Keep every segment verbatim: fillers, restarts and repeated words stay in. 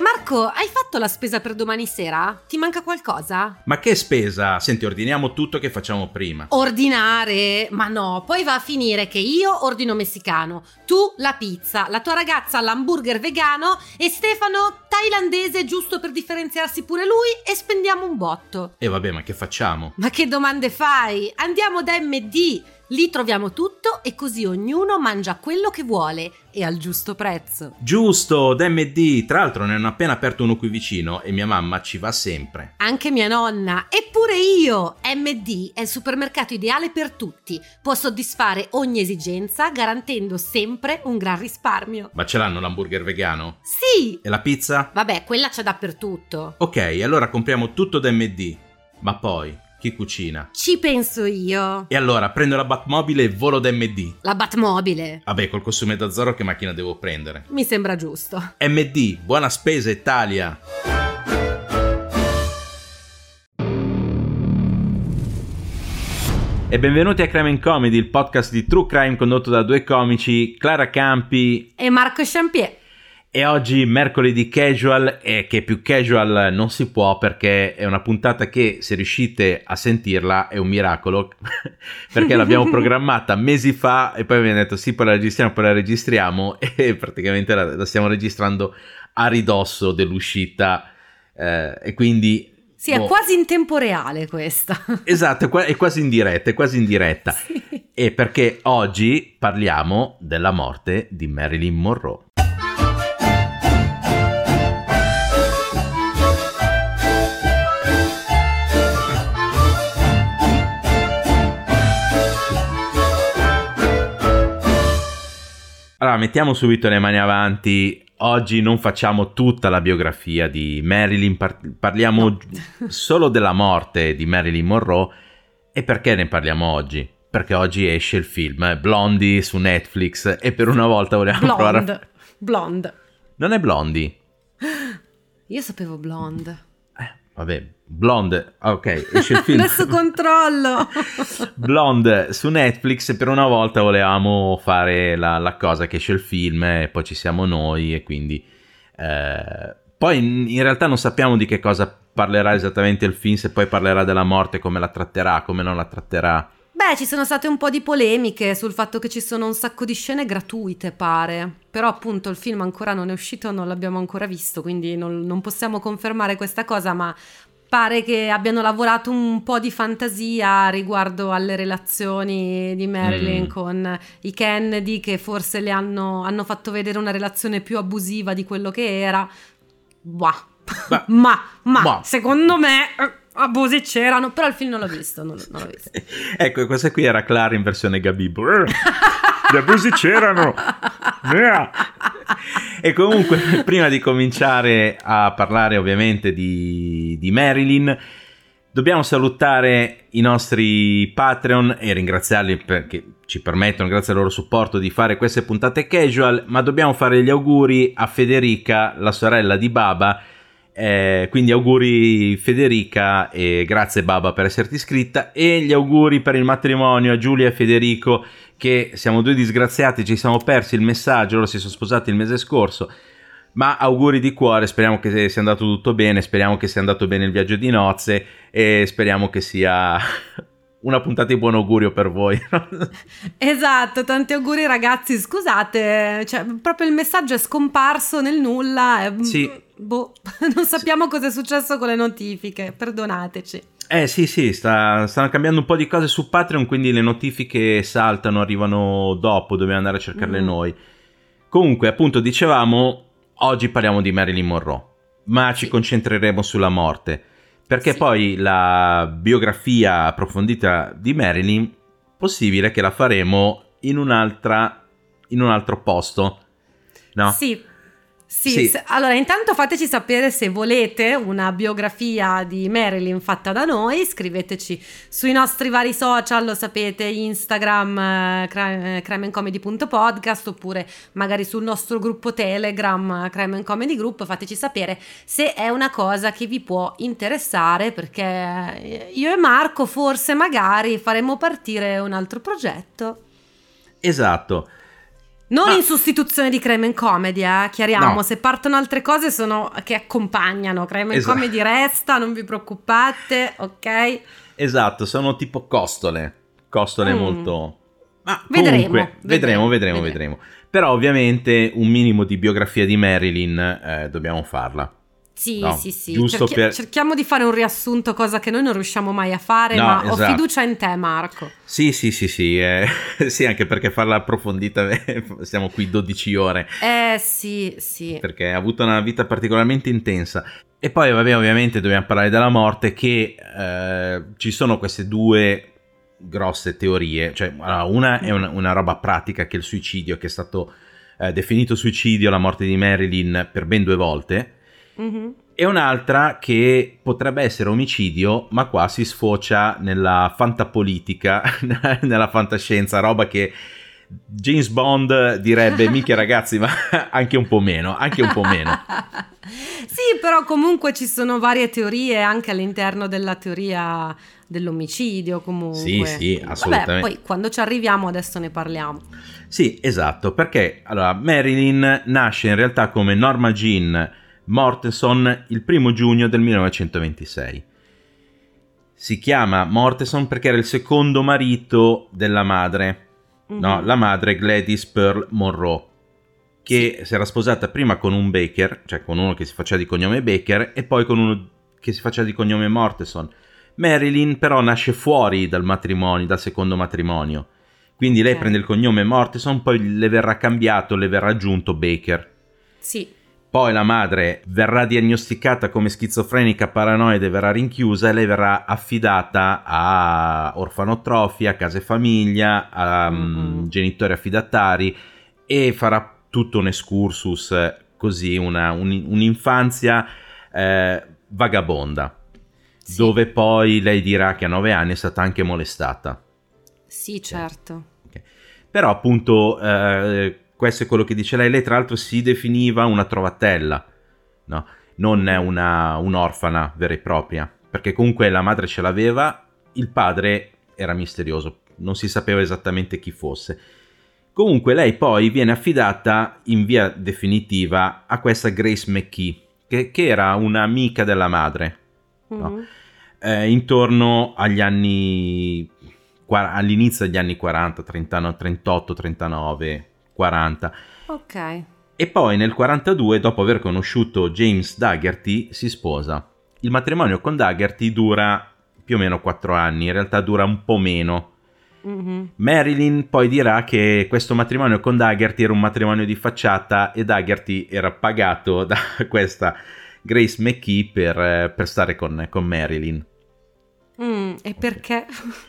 Marco, hai fatto la spesa per domani sera? Ti manca qualcosa? Ma che spesa? Senti, ordiniamo tutto che facciamo prima. Ordinare? Ma no, poi va a finire che io ordino messicano, tu la pizza, la tua ragazza l'hamburger vegano e Stefano thailandese, giusto per differenziarsi pure lui, e spendiamo un botto. E vabbè, ma che facciamo? Ma che domande fai? Andiamo da emme di, lì troviamo tutto e così ognuno mangia quello che vuole e al giusto prezzo. Giusto, da emme di, tra l'altro ne hanno appena aperto uno qui vicino e mia mamma ci va sempre. Anche mia nonna, eppure io! emme di è il supermercato ideale per tutti, può soddisfare ogni esigenza garantendo sempre un gran risparmio. Ma ce l'hanno l'hamburger vegano? Sì! E la pizza? Vabbè, quella c'è dappertutto. Ok, allora compriamo tutto da emme di, ma poi chi cucina? Ci penso io. E allora prendo la Batmobile e volo da emme di. La Batmobile. Vabbè, col costume da Zorro che macchina devo prendere? Mi sembra giusto. emme di, buona spesa Italia! E benvenuti a Crime and Comedy, il podcast di True Crime condotto da due comici, Clara Campi e Marco Champier. E oggi mercoledì casual, e che più casual non si può perché è una puntata che, se riuscite a sentirla, è un miracolo perché l'abbiamo programmata mesi fa e poi abbiamo detto sì, poi la registriamo, poi la registriamo e praticamente la, la stiamo registrando a ridosso dell'uscita eh, e quindi... Sì, boh. È quasi in tempo reale questa. Esatto, è, qua- è quasi in diretta, è quasi in diretta. Sì. E perché oggi parliamo della morte di Marilyn Monroe. Allora, mettiamo subito le mani avanti. Oggi non facciamo tutta la biografia di Marilyn, par- parliamo No. solo della morte di Marilyn Monroe. E perché ne parliamo oggi? Perché oggi esce il film Blondie su Netflix e per una volta volevamo Blonde. provare a... Blonde. Non è Blondie? Io sapevo Blonde. Eh, vabbè, Blonde, ok, esce il film. Adesso controllo. Blonde su Netflix e per una volta volevamo fare la, la cosa che esce il film e poi ci siamo noi e quindi eh, poi in, in realtà non sappiamo di che cosa parlerà esattamente il film, se poi parlerà della morte, come la tratterà, come non la tratterà. Beh, ci sono state un po' di polemiche sul fatto che ci sono un sacco di scene gratuite, pare. Però appunto il film ancora non è uscito, non l'abbiamo ancora visto, quindi non, non possiamo confermare questa cosa, ma pare che abbiano lavorato un po' di fantasia riguardo alle relazioni di Marilyn Mm. con i Kennedy, che forse le hanno, hanno fatto vedere una relazione più abusiva di quello che era. Bah. Beh, ma, ma bah. secondo me eh, abusi c'erano, però il film non l'ho visto, non, non l'ho visto. Ecco, questa qui era Clara in versione Gabibbo. Gli abusi c'erano. Yeah. E comunque, prima di cominciare a parlare ovviamente di, di Marilyn, dobbiamo salutare i nostri Patreon e ringraziarli perché ci permettono, grazie al loro supporto, di fare queste puntate casual, ma dobbiamo fare gli auguri a Federica, la sorella di Baba. Eh, quindi auguri Federica e grazie Baba per esserti iscritta, e gli auguri per il matrimonio a Giulia e Federico, che siamo due disgraziati, ci siamo persi il messaggio, loro si sono sposati il mese scorso, ma auguri di cuore, speriamo che sia andato tutto bene, speriamo che sia andato bene il viaggio di nozze e speriamo che sia una puntata di buon augurio per voi. Esatto, tanti auguri ragazzi, scusate, cioè proprio il messaggio è scomparso nel nulla e, Sì. Boh, non sappiamo cosa è successo con le notifiche, perdonateci. Eh sì sì, sta, stanno cambiando un po' di cose su Patreon, quindi le notifiche saltano, arrivano dopo, dobbiamo andare a cercarle Mm. noi. Comunque, appunto, dicevamo, oggi parliamo di Marilyn Monroe, ma ci Sì. concentreremo sulla morte, perché Sì. poi la biografia approfondita di Marilyn, possibile che la faremo in un'altra, in un altro posto, no? Sì. Sì, Sì. se- allora intanto fateci sapere se volete una biografia di Marilyn fatta da noi, scriveteci sui nostri vari social, lo sapete, Instagram, eh, crime, eh, crimeandcomedy punto podcast, oppure magari sul nostro gruppo Telegram, eh, Crime and Comedy Group, fateci sapere se è una cosa che vi può interessare, perché eh, io e Marco forse magari faremo partire un altro progetto. Esatto. Non Ma... in sostituzione di Crime and Comedy, eh? Chiariamo, no. se partono altre cose sono che accompagnano, Crime and Esatto. Comedy resta, non vi preoccupate, ok? Esatto, sono tipo costole, costole Mm. molto... Ma Vedremo, comunque, vedremo, vedremo, vedremo, vedremo. Però ovviamente un minimo di biografia di Marilyn eh, dobbiamo farla. Sì, No, sì, sì. giusto Cerchi- per- Cerchiamo di fare un riassunto, cosa che noi non riusciamo mai a fare, No, ma esatto. ho fiducia in te, Marco. Sì, sì, sì, sì, eh, sì, anche perché farla approfondita eh, stiamo qui dodici ore, Eh sì, sì. perché ha avuto una vita particolarmente intensa. E poi, vabbè, ovviamente dobbiamo parlare della morte, che eh, ci sono queste due grosse teorie, cioè allora, una è una, una roba pratica, che è il suicidio, che è stato eh, definito suicidio, la morte di Marilyn, per ben due volte, Mhm. e un'altra che potrebbe essere omicidio, ma qua si sfocia nella fantapolitica, nella fantascienza, roba che James Bond direbbe, minchia ragazzi, ma anche un po' meno, anche un po' meno. Sì, però comunque ci sono varie teorie anche all'interno della teoria dell'omicidio, comunque. Sì, sì, Vabbè, assolutamente. poi quando ci arriviamo adesso ne parliamo. Sì, esatto, perché allora Marilyn nasce in realtà come Norma Jean Mortenson il primo giugno del millenovecentoventisei. Si chiama Mortenson perché era il secondo marito della madre, no? Mhm. La madre Gladys Pearl Monroe, che si era sposata prima con un Baker, cioè con uno che si faceva di cognome Baker, e poi con uno che si faceva di cognome Mortenson. Marilyn però nasce fuori dal matrimonio, dal secondo matrimonio, quindi lei Ok. prende il cognome Mortenson, poi le verrà cambiato, le verrà aggiunto Baker. Sì. Poi la madre verrà diagnosticata come schizofrenica paranoide, verrà rinchiusa e lei verrà affidata a orfanotrofi, a case famiglia, a Mm-mm. um, genitori affidatari, e farà tutto un excursus, eh, così, una, un, un'infanzia eh, vagabonda, Sì. dove poi lei dirà che a nove anni è stata anche molestata. Sì, certo. Ok. Però appunto eh, questo è quello che dice lei. Lei tra l'altro si definiva una trovatella, no? Non è una, un'orfana vera e propria, perché comunque la madre ce l'aveva, il padre era misterioso, non si sapeva esattamente chi fosse. Comunque lei poi viene affidata in via definitiva a questa Grace McKee, che, che era un'amica della madre, no? Mhm. Eh, intorno agli anni all'inizio degli anni quaranta, trenta, trentotto, trentanove, quaranta. Ok. E poi nel quarantadue, dopo aver conosciuto James Daugherty, si sposa. Il matrimonio con Daugherty dura più o meno quattro anni, in realtà dura un po' meno. Mhm. Marilyn poi dirà che questo matrimonio con Daugherty era un matrimonio di facciata e Daugherty era pagato da questa Grace McKee per, per stare con, con Marilyn. Mm, e perché?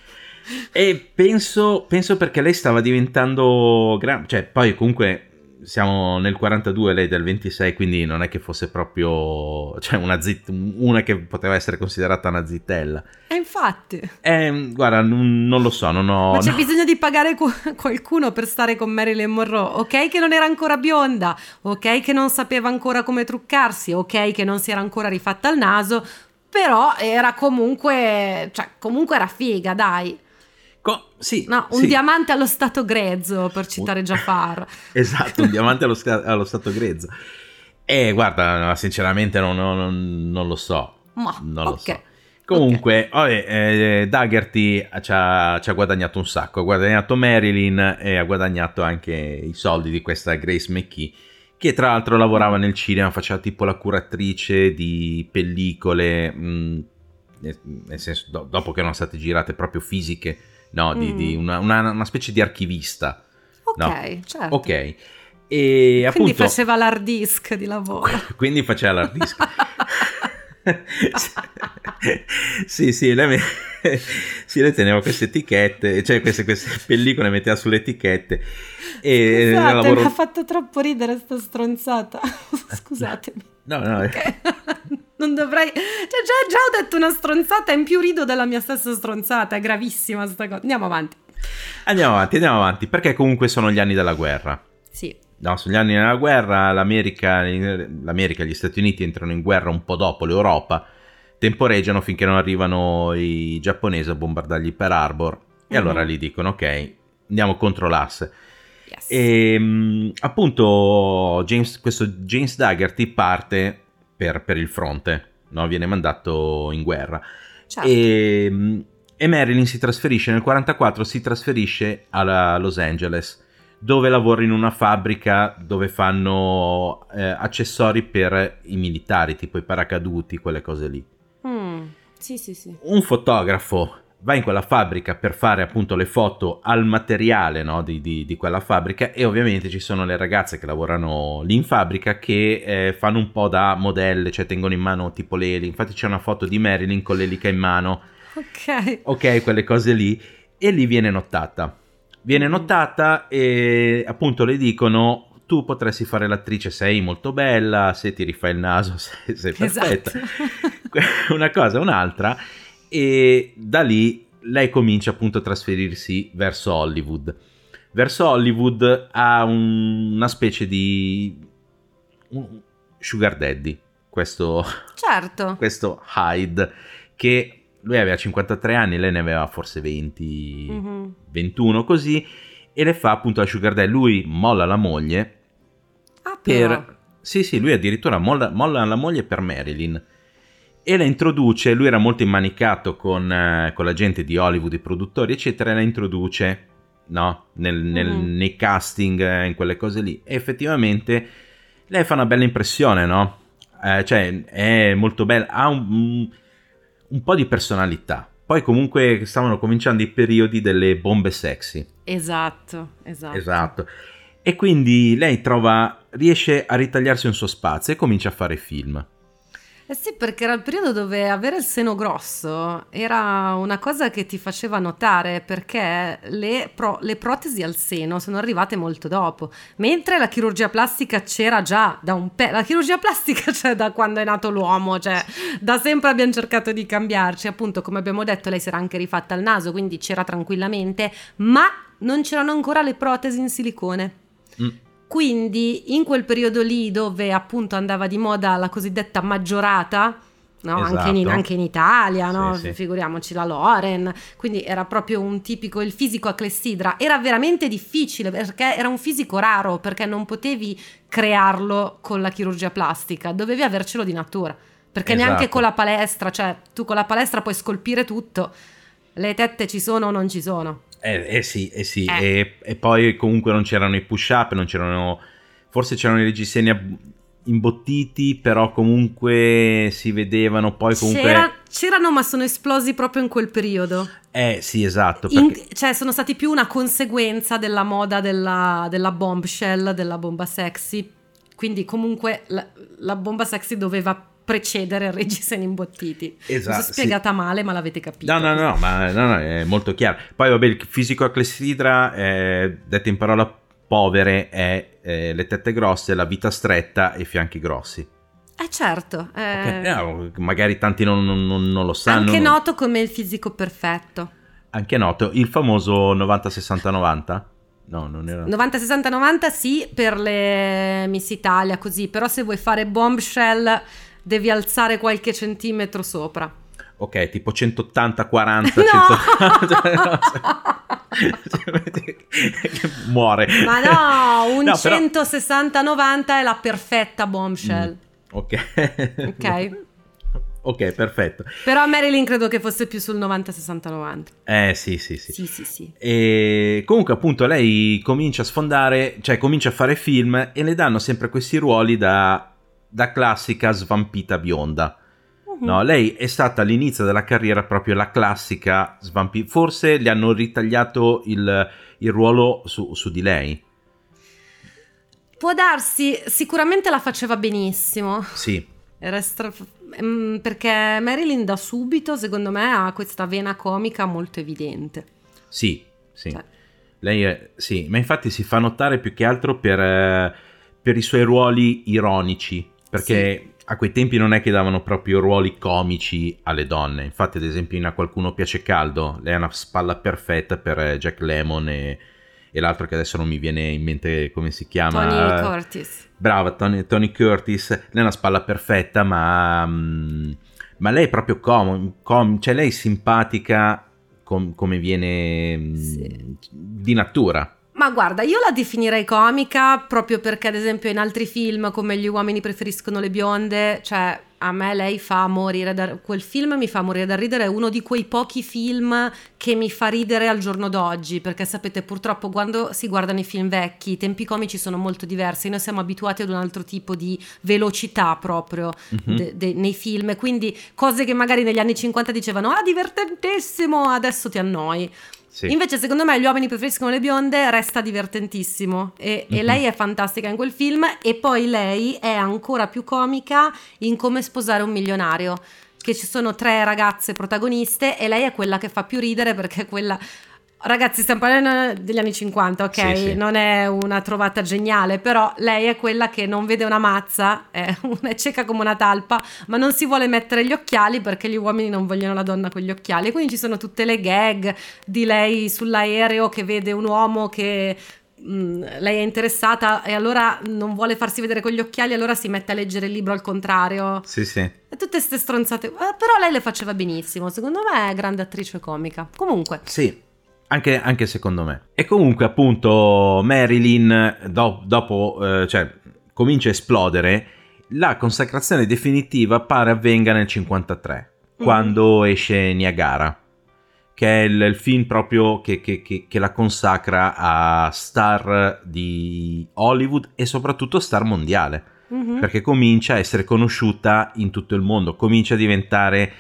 E penso, penso perché lei stava diventando gran... cioè poi comunque siamo nel quarantadue, lei del ventisei, quindi non è che fosse proprio, cioè una, zit... una che poteva essere considerata una zitella. E infatti. Eh, guarda, non, non lo so, non ho... Ma c'è no. bisogno di pagare qu- qualcuno per stare con Marilyn Monroe, ok che non era ancora bionda, ok che non sapeva ancora come truccarsi, ok che non si era ancora rifatta il naso, però era comunque, cioè comunque era figa, dai. Co- sì, No, un sì. diamante allo stato grezzo, per citare Jafar. Esatto, un diamante allo, sca- allo stato grezzo. E guarda, sinceramente non, non, non lo so. Ma, Non lo ok. so. Comunque, vabbè, eh, Daugherty ci ha, ci ha guadagnato un sacco. Ha guadagnato Marilyn e ha guadagnato anche i soldi di questa Grace McKee, che tra l'altro lavorava nel cinema, faceva tipo la curatrice di pellicole, mh, nel senso, do- dopo che erano state girate proprio fisiche, no, di, Mm. di una, una, una specie di archivista. Ok, No. certo. Ok. E Quindi appunto, faceva l'hard disk di lavoro. quindi faceva l'hard disk. Sì, sì, lei, me... sì, lei teneva queste etichette, cioè queste, queste pellicole, metteva sulle etichette. E Scusate, lavoro... mi ha fatto troppo ridere sta stronzata. Scusatemi. No, no, Ok. Non dovrei... Cioè, già, già ho detto una stronzata e in più rido della mia stessa stronzata. È gravissima sta cosa. Andiamo avanti. andiamo avanti, andiamo avanti, perché comunque sono gli anni della guerra. Sì. No, sono gli anni della guerra, l'America, l'America e gli Stati Uniti entrano in guerra un po' dopo l'Europa, temporeggiano finché non arrivano i giapponesi a bombardargli Pearl Harbor, e Mhm. allora lì dicono ok, andiamo contro l'asse. Yes. E mh, appunto James, questo James Dagerty parte per, per il fronte, no? Viene mandato in guerra. Certo. E, mh, e Marilyn si trasferisce nel quarantaquattro, si trasferisce a Los Angeles, dove lavora in una fabbrica dove fanno eh, accessori per i militari, tipo i paracaduti, quelle cose lì. Mm, sì, sì, sì. Un fotografo va in quella fabbrica per fare appunto le foto al materiale, no, di, di, di quella fabbrica, e ovviamente ci sono le ragazze che lavorano lì in fabbrica che eh, fanno un po' da modelle, cioè tengono in mano tipo l'eli. Infatti c'è una foto di Marilyn con l'elica in mano. Ok. Ok, quelle cose lì. E lì viene notata. Viene notata e appunto le dicono: tu potresti fare l'attrice, sei molto bella, se ti rifai il naso sei, sei perfetta. Esatto. Una cosa, un'altra. E da lì lei comincia appunto a trasferirsi verso Hollywood. Verso Hollywood ha un, una specie di un sugar daddy, questo, certo. questo Hyde, che lui aveva cinquantatré anni, lei ne aveva forse venti, mm-hmm. ventuno così, e le fa appunto la sugar daddy. Lui molla la moglie ah, per... però. Sì, sì, lui addirittura molla, molla la moglie per Marilyn. E la introduce, lui era molto immanicato con, eh, con la gente di Hollywood, i produttori eccetera, e la introduce, no, nel, nel, mm-hmm. nei casting, eh, in quelle cose lì, e effettivamente lei fa una bella impressione, no? Eh, cioè è molto bella, ha un, un, un po' di personalità. Poi comunque stavano cominciando i periodi delle bombe sexy. Esatto, esatto. Esatto. E quindi lei trova, riesce a ritagliarsi un suo spazio e comincia a fare film. Eh sì, perché era il periodo dove avere il seno grosso era una cosa che ti faceva notare, perché le, pro, le protesi al seno sono arrivate molto dopo, mentre la chirurgia plastica c'era già da un pe... La chirurgia plastica c'è da quando è nato l'uomo, cioè da sempre abbiamo cercato di cambiarci, appunto come abbiamo detto lei si era anche rifatta il naso, quindi c'era tranquillamente, ma non c'erano ancora le protesi in silicone. Mm. Quindi in quel periodo lì dove appunto andava di moda la cosiddetta maggiorata, no? Esatto. anche, in, anche in Italia, sì, no? sì. Figuriamoci la Loren, quindi era proprio un tipico, il fisico a clessidra, era veramente difficile perché era un fisico raro, perché non potevi crearlo con la chirurgia plastica, dovevi avercelo di natura, perché esatto. neanche con la palestra, cioè tu con la palestra puoi scolpire tutto, le tette ci sono o non ci sono. Eh, eh sì, eh sì. Eh. E, e poi comunque non c'erano i push up, non c'erano, forse c'erano i reggiseni imbottiti, però comunque si vedevano poi comunque... C'era, c'erano ma sono esplosi proprio in quel periodo. Eh sì, esatto. In, perché... cioè sono stati più una conseguenza della moda della, della bombshell, della bomba sexy, quindi comunque la, la bomba sexy doveva precedere il reggiseni imbottiti. Esatto, mi sono spiegata sì. male, ma l'avete capito. No, no, no, ma no, no, è molto chiaro. Poi vabbè, il fisico a clessidra, eh, detto in parole povere, è eh, le tette grosse, la vita stretta e i fianchi grossi. Eh certo. Eh... Okay. No, magari tanti non, non, non lo sanno. Anche noto come il fisico perfetto. Anche noto, il famoso novanta sessanta novanta? No, non era... novanta sessanta novanta sì, per le Miss Italia così, però se vuoi fare bombshell devi alzare qualche centimetro sopra. Ok, tipo centottanta quaranta, no! centottanta muore. Ma no, un no, centosessanta novanta è la perfetta bombshell. Mm, ok. Ok. Ok, perfetto. Però Marilyn credo che fosse più sul novanta sessanta novanta. Eh sì, sì, sì. Sì, sì, sì. E comunque appunto lei comincia a sfondare, cioè comincia a fare film e le danno sempre questi ruoli da... da classica svampita bionda. Uh-huh. No, lei è stata all'inizio della carriera proprio la classica svampita. Forse le hanno ritagliato il, il ruolo su, su di lei. Può darsi, sicuramente la faceva benissimo. Sì. Era stra... perché Marilyn da subito, secondo me, ha questa vena comica molto evidente. Sì, sì. Cioè. Lei è, sì, ma infatti si fa notare più che altro per, eh, per i suoi ruoli ironici. Perché sì. A quei tempi non è che davano proprio ruoli comici alle donne. Infatti, ad esempio, in A qualcuno piace caldo, lei ha una spalla perfetta per Jack Lemmon e, e l'altro che adesso non mi viene in mente come si chiama. Tony Curtis. Brava, Tony, Tony Curtis. Lei ha una spalla perfetta, ma, ma lei è proprio com, com, cioè lei è simpatica com, come viene sì. Di natura. Ma guarda, io la definirei comica proprio perché, ad esempio, in altri film come Gli uomini preferiscono le bionde, cioè a me lei fa morire da... quel film mi fa morire da ridere, è uno di quei pochi film che mi fa ridere al giorno d'oggi, perché sapete, purtroppo quando si guardano i film vecchi i tempi comici sono molto diversi, noi siamo abituati ad un altro tipo di velocità proprio Mhm. de- de- nei film, quindi cose che magari negli anni cinquanta dicevano ah divertentissimo, adesso ti annoi. Sì. Invece secondo me Gli uomini preferiscono le bionde resta divertentissimo e, e Mhm. lei è fantastica in quel film, e poi lei è ancora più comica in Come sposare un milionario, che ci sono tre ragazze protagoniste e lei è quella che fa più ridere perché è quella... Ragazzi, stiamo parlando degli anni cinquanta, ok? Sì, sì. Non è una trovata geniale, però lei è quella che non vede una mazza, è, è cieca come una talpa, ma non si vuole mettere gli occhiali perché gli uomini non vogliono la donna con gli occhiali. Quindi ci sono tutte le gag di lei sull'aereo che vede un uomo che mh, lei è interessata e allora non vuole farsi vedere con gli occhiali, allora si mette a leggere il libro al contrario. Sì, sì. E tutte ste stronzate, eh, però lei le faceva benissimo, secondo me è grande attrice comica. Comunque, Sì, anche, anche secondo me. E comunque appunto Marilyn do- dopo eh, cioè comincia a esplodere, la consacrazione definitiva pare avvenga nel cinquantatré, Mm. quando esce Niagara, che è il, il film proprio che, che- che- che la consacra a star di Hollywood e soprattutto star mondiale, mhm. perché comincia a essere conosciuta in tutto il mondo, comincia a diventare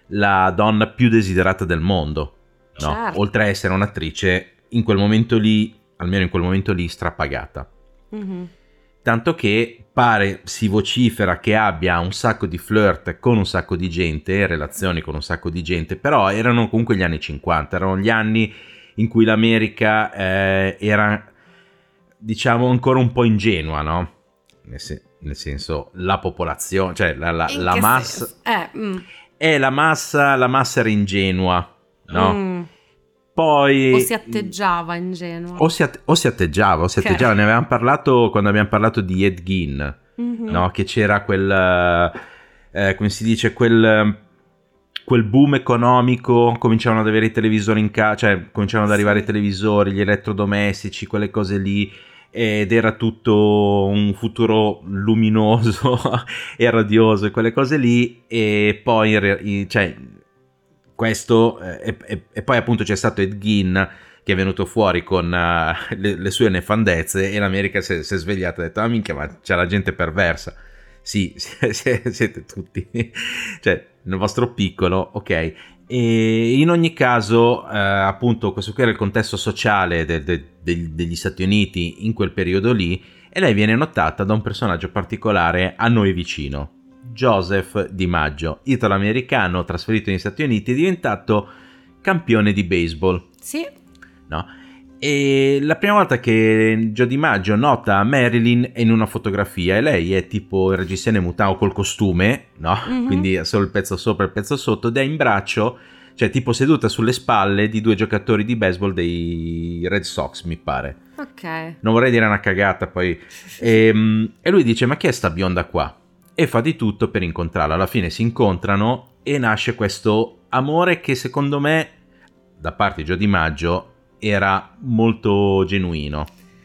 la donna più desiderata del mondo, no? Certo. Oltre a essere un'attrice in quel momento lì, almeno in quel momento lì, strapagata. Mhm. Tanto che pare, si vocifera che abbia un sacco di flirt con un sacco di gente, relazioni con un sacco di gente, però erano comunque gli anni cinquanta, erano gli anni in cui l'America eh, era, diciamo, ancora un po' ingenua, no? Nel, se- nel senso, la popolazione, cioè la, la- In la che massa... senso? Eh, mm, è la massa, la massa era ingenua, no? mm. Poi... O si atteggiava ingenuo. o si, att- o si atteggiava, o si Ok. atteggiava. Ne avevamo parlato quando abbiamo parlato di Ed Gein, Mhm. no? Che c'era quel, eh, come si dice, quel, quel boom economico, cominciavano ad avere i televisori in casa, cioè cominciavano ad Sì. arrivare i televisori, gli elettrodomestici, quelle cose lì, ed era tutto un futuro luminoso e radioso e quelle cose lì, e poi, in re- i- cioè, questo, eh, e, e- e poi appunto c'è stato Ed Gein, che è venuto fuori con eh, le, le sue nefandezze, e l'America si è, si è svegliata e ha detto ah minchia, ma c'è la gente perversa. Sì, siete, siete tutti, cioè nel vostro piccolo, ok. E in ogni caso eh, appunto questo qui era il contesto sociale de- de- de- degli Stati Uniti in quel periodo lì, e lei viene notata da un personaggio particolare a noi vicino, Joseph DiMaggio, italo-americano trasferito negli Stati Uniti, diventato campione di baseball, Sì. no? E la prima volta che Joe DiMaggio nota Marilyn è in una fotografia, e lei è tipo il reggiseno mutao col costume, no? Mhm. Quindi ha solo il pezzo sopra e il pezzo sotto, ed è in braccio, cioè tipo seduta sulle spalle di due giocatori di baseball dei Red Sox, mi pare. Ok. Non vorrei dire una cagata poi. E, e lui dice ma chi è sta bionda qua? E fa di tutto per incontrarla. Alla fine si incontrano e nasce questo amore che secondo me da parte di Joe DiMaggio era molto genuino.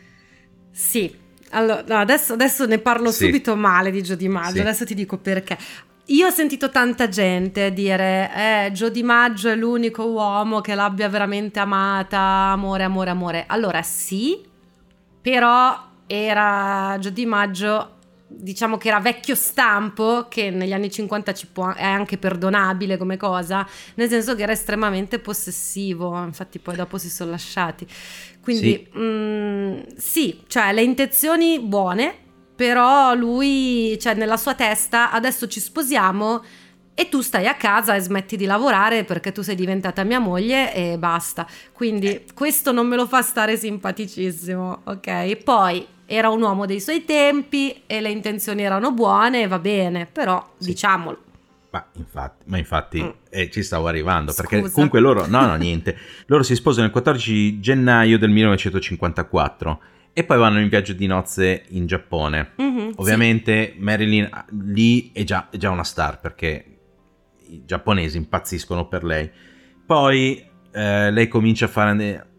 Sì. Allora, no, adesso, adesso ne parlo Sì. subito male di Joe DiMaggio, Sì. adesso ti dico perché. Io ho sentito tanta gente dire eh, Joe DiMaggio è l'unico uomo che l'abbia veramente amata, amore, amore, amore. Allora sì, però era Joe DiMaggio, diciamo che era vecchio stampo, che negli anni cinquanta ci può, è anche perdonabile come cosa, nel senso che era estremamente possessivo, infatti poi dopo si sono lasciati. Quindi Sì. mm, sì, cioè le intenzioni buone, però lui, cioè nella sua testa, adesso ci sposiamo e tu stai a casa e smetti di lavorare perché tu sei diventata mia moglie e basta. Quindi questo non me lo fa stare simpaticissimo, ok? Poi era un uomo dei suoi tempi e le intenzioni erano buone, va bene, però Sì. diciamolo. Ma infatti, ma infatti Mm. eh, ci stavo arrivando, perché Scusa. comunque loro, no no niente, loro si sposano il quattordici gennaio del millenovecentocinquantaquattro e poi vanno in viaggio di nozze in Giappone. Mhm, sì. Ovviamente Marilyn lì è già, è già una star, perché i giapponesi impazziscono per lei. Poi eh, lei comincia a fare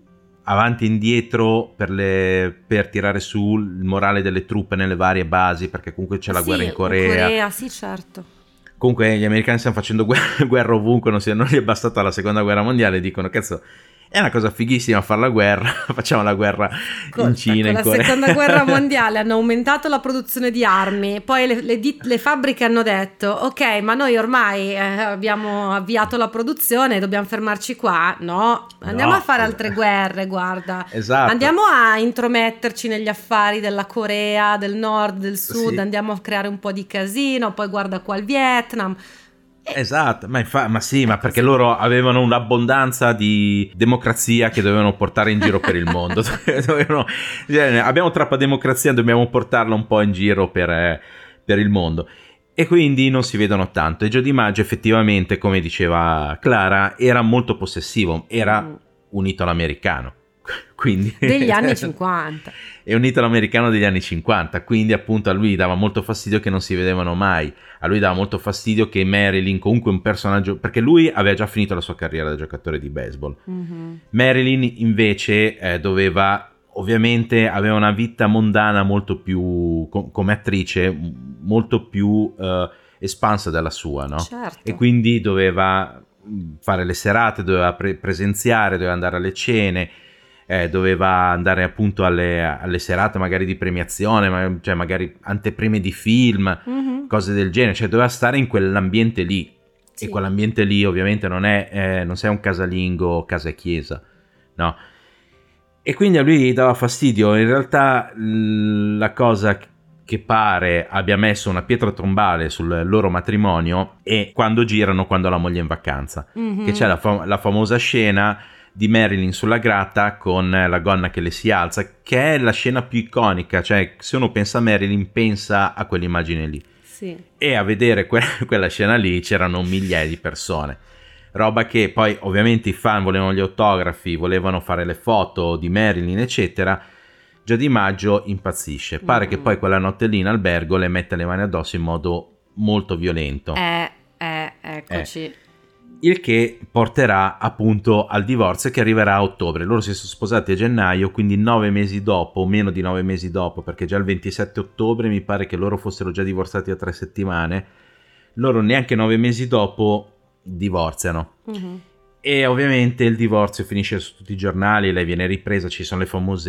avanti e indietro per, le, per tirare su il morale delle truppe nelle varie basi, perché comunque c'è la sì, guerra in Corea. in Corea, sì, certo. Comunque gli americani stanno facendo guerra, guerra ovunque, non, si, non gli è bastata la seconda guerra mondiale, dicono cazzo è una cosa fighissima fare la guerra, facciamo la guerra Con, in Cina, con in la Corea. seconda guerra mondiale hanno aumentato la produzione di armi, poi le, le, dit- le fabbriche hanno detto ok, ma noi ormai eh, abbiamo avviato la produzione, dobbiamo fermarci qua, no, andiamo No, a fare es- altre guerre, guarda, Esatto. andiamo a intrometterci negli affari della Corea, del nord, del sud, Sì. andiamo a creare un po' di casino, poi guarda qua il Vietnam. Esatto, ma, infa- ma sì, ma perché loro avevano un'abbondanza di democrazia che dovevano portare in giro per il mondo. Dovevano, cioè, abbiamo troppa democrazia, dobbiamo portarla un po' in giro per, eh, per il mondo. E quindi non si vedono tanto. E Joe DiMaggio effettivamente, come diceva Clara, era molto possessivo, era Mm. un italo-americano. Quindi, Degli anni cinquanta. è un italo-americano degli anni cinquanta, quindi appunto a lui dava molto fastidio che non si vedevano mai, a lui dava molto fastidio che Marilyn, comunque un personaggio, perché lui aveva già finito la sua carriera da giocatore di baseball. Mm-hmm. Marilyn invece eh, doveva, ovviamente aveva una vita mondana molto più, com- come attrice, molto più eh, espansa della sua, no? Certo. E quindi doveva fare le serate, doveva pre- presenziare, doveva andare alle cene, eh, doveva andare appunto alle, alle serate magari di premiazione, ma, cioè magari anteprime di film, Mm-hmm. cose del genere, cioè doveva stare in quell'ambiente lì. Sì. E quell'ambiente lì ovviamente non è, eh, non sei un casalingo, casa e chiesa, no? E quindi a lui dava fastidio. In realtà l- la cosa che pare abbia messo una pietra tombale sul loro matrimonio è quando girano, quando la moglie è in vacanza, Mm-hmm. che c'è la, fam- la famosa scena di Marilyn sulla gratta con la gonna che le si alza, che è la scena più iconica, cioè se uno pensa a Marilyn pensa a quell'immagine lì. Sì. E a vedere que- quella scena lì c'erano migliaia di persone, roba che poi ovviamente i fan volevano gli autografi, volevano fare le foto di Marilyn eccetera. Joe DiMaggio impazzisce, pare Mm. che poi quella notte lì in albergo le mette le mani addosso in modo molto violento, Eh, eh, eccoci. il che porterà appunto al divorzio che arriverà a ottobre. Loro si sono sposati a gennaio, quindi nove mesi dopo, o meno di nove mesi dopo, perché già il ventisette ottobre mi pare che loro fossero già divorziati da tre settimane, loro neanche nove mesi dopo divorziano. Mm-hmm. E ovviamente il divorzio finisce su tutti i giornali, lei viene ripresa, ci sono le famose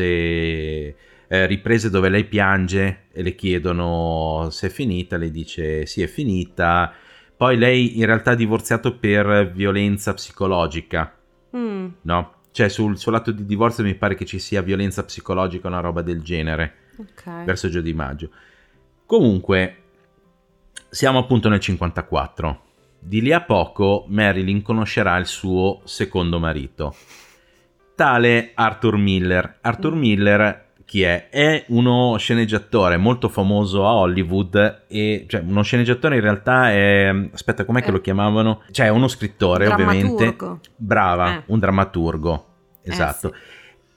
eh, riprese dove lei piange e le chiedono se è finita, lei dice sì è finita. Poi lei in realtà ha divorziato per violenza psicologica, Mm. no? Cioè sul suo lato di divorzio mi pare che ci sia violenza psicologica, una roba del genere, Ok. verso Joe DiMaggio. Comunque, siamo appunto nel cinquantaquattro. Di lì a poco Marilyn conoscerà il suo secondo marito, tale Arthur Miller. Arthur Mm. Miller chi è? È uno sceneggiatore molto famoso a Hollywood, e cioè uno sceneggiatore in realtà è, aspetta, com'è che Eh. lo chiamavano? Cioè uno scrittore ovviamente, Drammaturgo. brava, Eh. un drammaturgo, esatto. sì.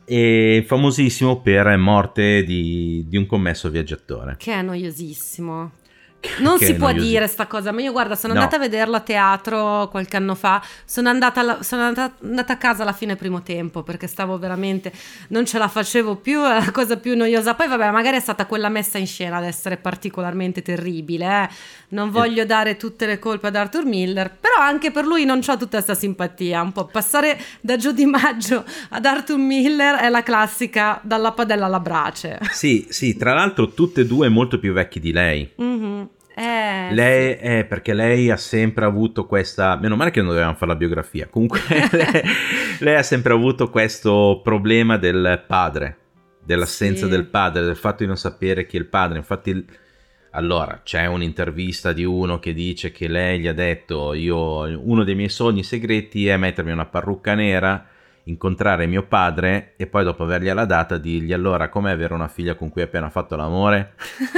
E famosissimo per morte di, di un commesso viaggiatore. Che è noiosissimo. Non Che si è può noiosissimo. dire sta cosa, ma io guarda, sono No. andata a vederlo a teatro qualche anno fa, sono andata, alla- sono andata, andata a casa alla fine primo tempo perché stavo veramente, non ce la facevo più, è la cosa più noiosa. Poi vabbè, magari è stata quella messa in scena ad essere particolarmente terribile, eh. Non voglio dare tutte le colpe ad Arthur Miller, però anche per lui non c'ho tutta questa simpatia, un po' passare da Joe DiMaggio ad Arthur Miller è la classica dalla padella alla brace. Sì, sì, tra l'altro tutte e due molto più vecchi di lei. Mhm. Eh, Lei è perché lei ha sempre avuto questa, meno male che non dovevamo fare la biografia, comunque lei, lei ha sempre avuto questo problema del padre, dell'assenza Sì. del padre, del fatto di non sapere chi è il padre. Infatti il- allora c'è un'intervista di uno che dice che lei gli ha detto: io, uno dei miei sogni segreti è mettermi una parrucca nera, incontrare mio padre e poi dopo avergliela data dirgli: allora com'è avere una figlia con cui hai appena fatto l'amore?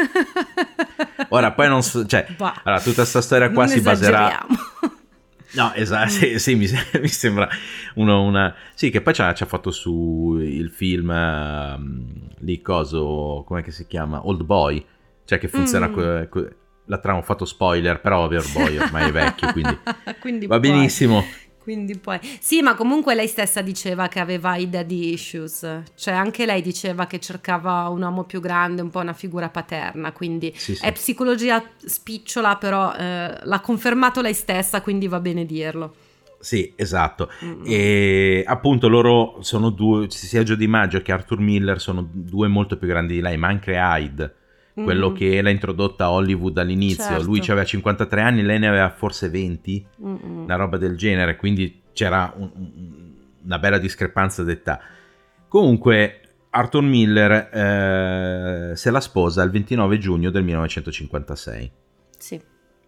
Ora poi non so, cioè, Bah, allora tutta questa storia qua non si baserà, esageriamo. no, esatto, sì, sì, mi, se- mi sembra uno, una, sì, che poi ci ha, ci ha fatto su il film ehm, lì coso, com'è che si chiama? Old Boy, cioè che funziona, Mm. que- que- la trama, ho fatto spoiler, però Old Boy ormai è vecchio, quindi Quindi va puoi. benissimo. Quindi poi sì, ma comunque lei stessa diceva che aveva i daddy issues, cioè anche lei diceva che cercava un uomo più grande, un po' una figura paterna, quindi Sì, sì. è psicologia spicciola, però eh, l'ha confermato lei stessa, quindi va bene dirlo. Sì, esatto. Mm. E appunto loro sono due, sia Joe DiMaggio che Arthur Miller sono due molto più grandi di lei, ma anche Hyde, quello Mm. che l'ha introdotta a Hollywood all'inizio, Certo. lui aveva cinquantatré anni, lei ne aveva forse venti, Mm-mm. una roba del genere, quindi c'era un- un- una bella discrepanza d'età. Comunque Arthur Miller eh, se la sposa il ventinove giugno del millenovecentocinquantasei. Sì.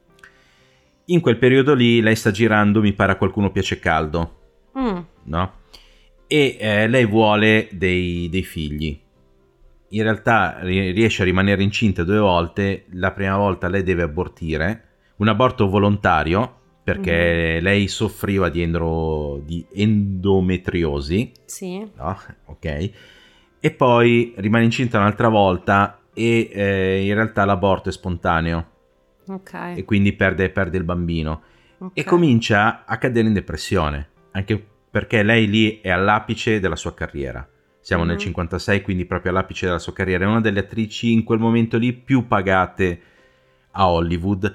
In quel periodo lì lei sta girando Mi pare a qualcuno piace caldo, Mm. no? E eh, lei vuole dei, dei figli. In realtà ri- riesce a rimanere incinta due volte. La prima volta lei deve abortire, un aborto volontario, perché Mhm. lei soffriva di, endro- di endometriosi, Sì. no? Ok. E poi rimane incinta un'altra volta e eh, in realtà l'aborto è spontaneo Ok. e quindi perde, perde il bambino. Ok. E comincia a cadere in depressione, anche perché lei lì è all'apice della sua carriera. Siamo Mhm. nel cinquantasei, quindi proprio all'apice della sua carriera. È una delle attrici in quel momento lì più pagate a Hollywood.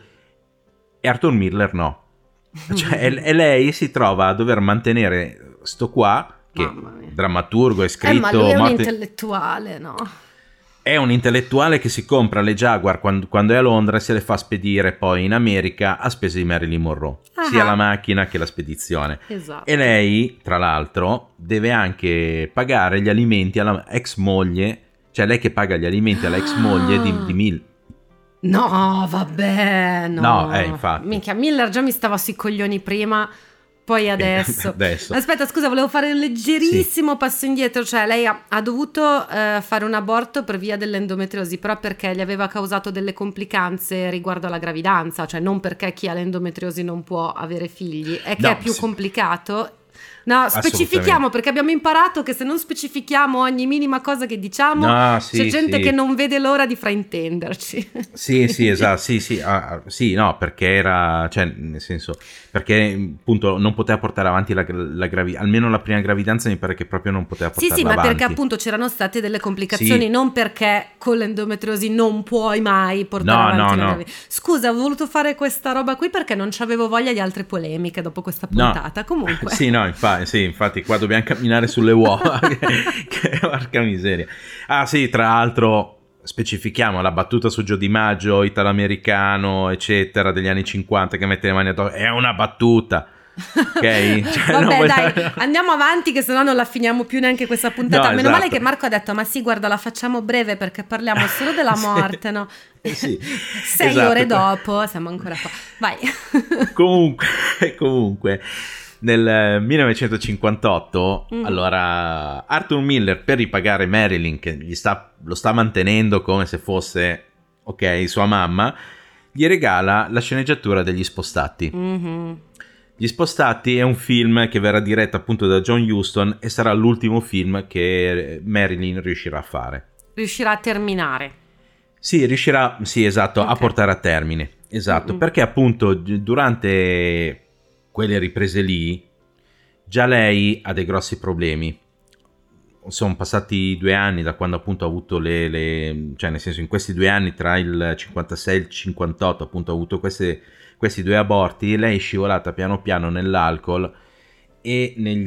E Arthur Miller no. Cioè, e, e lei si trova a dover mantenere sto qua, che Mamma mia. drammaturgo, è Eh, scritto... ma lui è un morte- intellettuale, no? È un intellettuale che si compra le Jaguar quando, quando è a Londra e se le fa spedire poi in America a spese di Marilyn Monroe, Ah. sia la macchina che la spedizione. Esatto. E lei, tra l'altro, deve anche pagare gli alimenti alla ex moglie, cioè lei che paga gli alimenti alla ex moglie di, di Mill. No, vabbè, no. No, eh, infatti. Minchia, Miller già mi stava sui coglioni prima, poi adesso. Adesso. Aspetta, scusa, volevo fare un leggerissimo passo indietro. Cioè, lei ha, ha dovuto eh, fare un aborto per via dell'endometriosi, però perché gli aveva causato delle complicanze riguardo alla gravidanza. Cioè, non perché chi ha l'endometriosi non può avere figli, è che No, è più sì. complicato. No, specifichiamo, Assolutamente. perché abbiamo imparato che se non specifichiamo ogni minima cosa che diciamo, No, sì, c'è gente sì. che non vede l'ora di fraintenderci. Sì, sì, esatto, sì, sì, ah, sì, no, perché era, cioè, nel senso, perché appunto non poteva portare avanti la, la gravidanza, almeno la prima gravidanza mi pare che proprio non poteva Sì, portarla sì, ma avanti. perché appunto c'erano state delle complicazioni, Sì. non perché con l'endometriosi non puoi mai portare No, avanti no, la no. gravidanza. Scusa, ho voluto fare questa roba qui perché non c'avevo voglia di altre polemiche dopo questa No. puntata. Comunque. Sì, no, infatti, sì, infatti qua dobbiamo camminare sulle uova, che, che porca miseria. Ah sì, tra l'altro specifichiamo la battuta su Joe DiMaggio, italo-americano, eccetera, degli anni cinquanta, che mette le mani addosso, è una battuta. Ok? Cioè, Vabbè, non dai, voglio- andiamo avanti che sennò non la finiamo più neanche questa puntata. No, Meno male esatto. che Marco ha detto: ma sì, guarda, la facciamo breve perché parliamo solo della Sì. morte, no? Sì, Sei esatto. ore dopo siamo ancora qua. Vai. Comunque, comunque, nel millenovecentocinquantotto, Mm. allora Arthur Miller, per ripagare Marilyn, che gli sta, lo sta mantenendo come se fosse, ok, sua mamma, gli regala la sceneggiatura degli Spostati. Mhm. Gli Spostati è un film che verrà diretto appunto da John Huston e sarà l'ultimo film che Marilyn riuscirà a fare. Riuscirà a terminare. Sì, riuscirà, sì, esatto, a Ok. portare a termine. Esatto, Mm-mm. perché appunto d- durante quelle riprese lì già lei ha dei grossi problemi. Sono passati due anni da quando appunto ha avuto le, le- cioè nel senso in questi due anni tra il cinquantasei e il cinquantotto appunto ha avuto queste, questi due aborti, lei è scivolata piano piano nell'alcol e nel-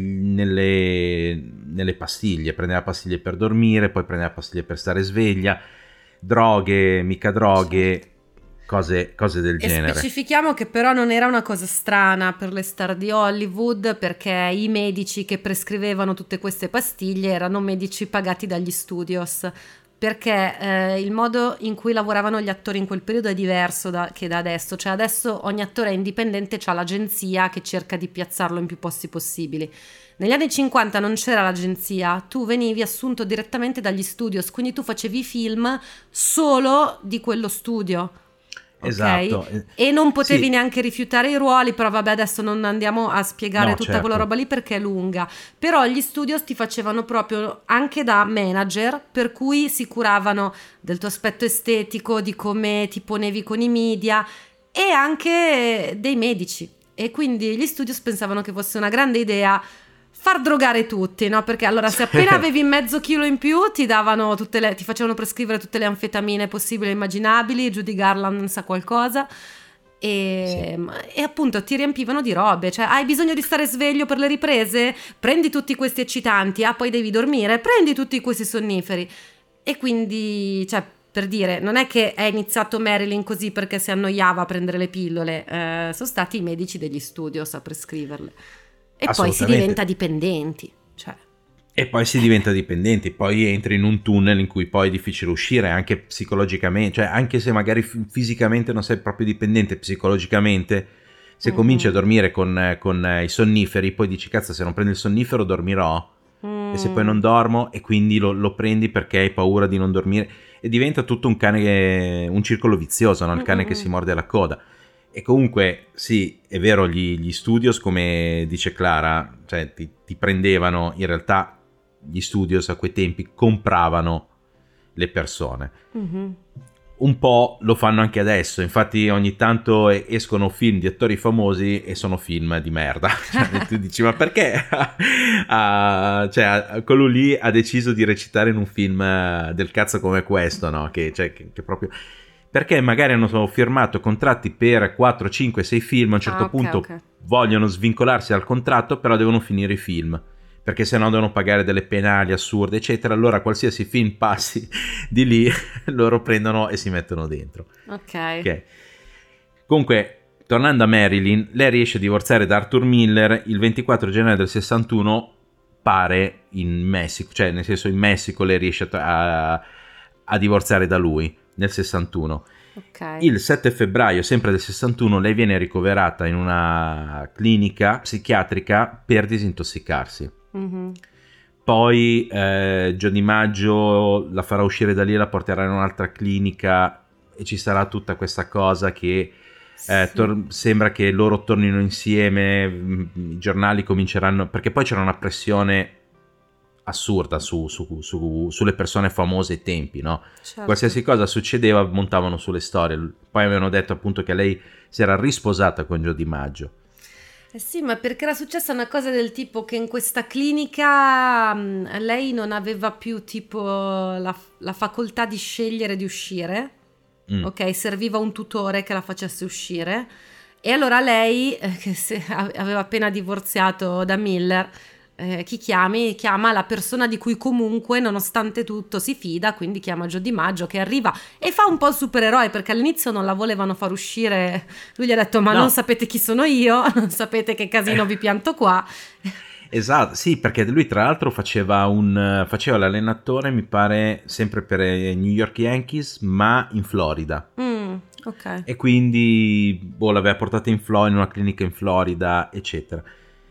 nelle, nelle pastiglie, prendeva pastiglie per dormire, poi prendeva pastiglie per stare sveglia, droghe, mica droghe, cose, cose del E genere. specifichiamo che però non era una cosa strana per le star di Hollywood, perché i medici che prescrivevano tutte queste pastiglie erano medici pagati dagli studios, perché eh, il modo in cui lavoravano gli attori in quel periodo è diverso da, che da adesso. Cioè adesso ogni attore è indipendente, c'ha l'agenzia che cerca di piazzarlo in più posti possibili. Negli anni cinquanta non c'era l'agenzia, tu venivi assunto direttamente dagli studios, quindi tu facevi film solo di quello studio. Ok? Esatto. E non potevi Sì. neanche rifiutare i ruoli, però vabbè, adesso non andiamo a spiegare No, tutta certo. quella roba lì perché è lunga. Però gli studios ti facevano proprio anche da manager, per cui si curavano del tuo aspetto estetico, di come ti ponevi con i media e anche dei medici. e quindi gli studios pensavano che fosse una grande idea far drogare tutti, no? Perché allora se appena avevi mezzo chilo in più ti davano tutte le, ti facevano prescrivere tutte le anfetamine possibili e immaginabili, Judy Garland non sa qualcosa, e, sì. e appunto ti riempivano di robe, cioè hai bisogno di stare sveglio per le riprese? Prendi tutti questi eccitanti, ah poi devi dormire, prendi tutti questi sonniferi. E quindi, cioè, per dire, non è che è iniziato Marilyn così perché si annoiava a prendere le pillole, eh, sono stati i medici degli studios a prescriverle. E poi si diventa dipendenti, cioè. E poi si diventa dipendenti, poi entri in un tunnel in cui poi è difficile uscire, anche psicologicamente, cioè anche se magari fisicamente non sei proprio dipendente, psicologicamente, se mm-hmm. cominci a dormire con, con i sonniferi, poi dici cazzo se non prendo il sonnifero dormirò, mm. e se poi non dormo e quindi lo, lo prendi perché hai paura di non dormire, e diventa tutto un cane, un circolo vizioso, no? Il cane mm-hmm. che si morde la coda. E comunque sì, è vero, gli, gli studios, come dice Clara, cioè ti, ti prendevano, in realtà gli studios a quei tempi compravano le persone. Mm-hmm. Un po' lo fanno anche adesso, infatti ogni tanto escono film di attori famosi e sono film di merda. Cioè, tu dici ma perché ah, cioè, quello lì ha deciso di recitare in un film del cazzo come questo, no? Che, cioè, che, che proprio... Perché magari hanno firmato contratti per quattro, cinque, sei film, a un certo ah, okay, punto okay. vogliono svincolarsi dal contratto, però devono finire i film, perché sennò devono pagare delle penali assurde, eccetera. Allora qualsiasi film passi di lì, loro prendono e si mettono dentro. Ok. okay. Comunque, tornando a Marilyn, lei riesce a divorziare da Arthur Miller il ventiquattro gennaio del sessantuno, pare in Messico, cioè nel senso in Messico lei riesce a, a, a divorziare da lui. Nel sessantuno. Okay. Il sette febbraio, sempre del sessantuno, lei viene ricoverata in una clinica psichiatrica per disintossicarsi. Mm-hmm. Poi eh, Joe DiMaggio la farà uscire da lì, la porterà in un'altra clinica e ci sarà tutta questa cosa che eh, sì. tor- sembra che loro tornino insieme, i giornali cominceranno, perché poi c'era una pressione assurda su, su, su, sulle persone famose ai tempi, no? Certo. Qualsiasi cosa succedeva montavano sulle storie. Poi avevano detto appunto che lei si era risposata con Joe DiMaggio. Eh sì, ma perché era successa una cosa del tipo che in questa clinica mh, lei non aveva più tipo la, la facoltà di scegliere di uscire, mm. ok? Serviva un tutore che la facesse uscire, e allora lei, eh, che se, aveva appena divorziato da Miller, Eh, chi chiami? Chiama la persona di cui comunque nonostante tutto si fida, quindi chiama Joe DiMaggio, che arriva e fa un po' il supereroe, perché all'inizio non la volevano far uscire, lui gli ha detto ma no. non sapete chi sono io, non sapete che casino vi pianto qua. Esatto, sì, perché lui tra l'altro faceva un faceva l'allenatore, mi pare, sempre per i New York Yankees, ma in Florida. Mm, ok. E quindi boh, l'aveva portata in Florida, in una clinica in Florida, eccetera.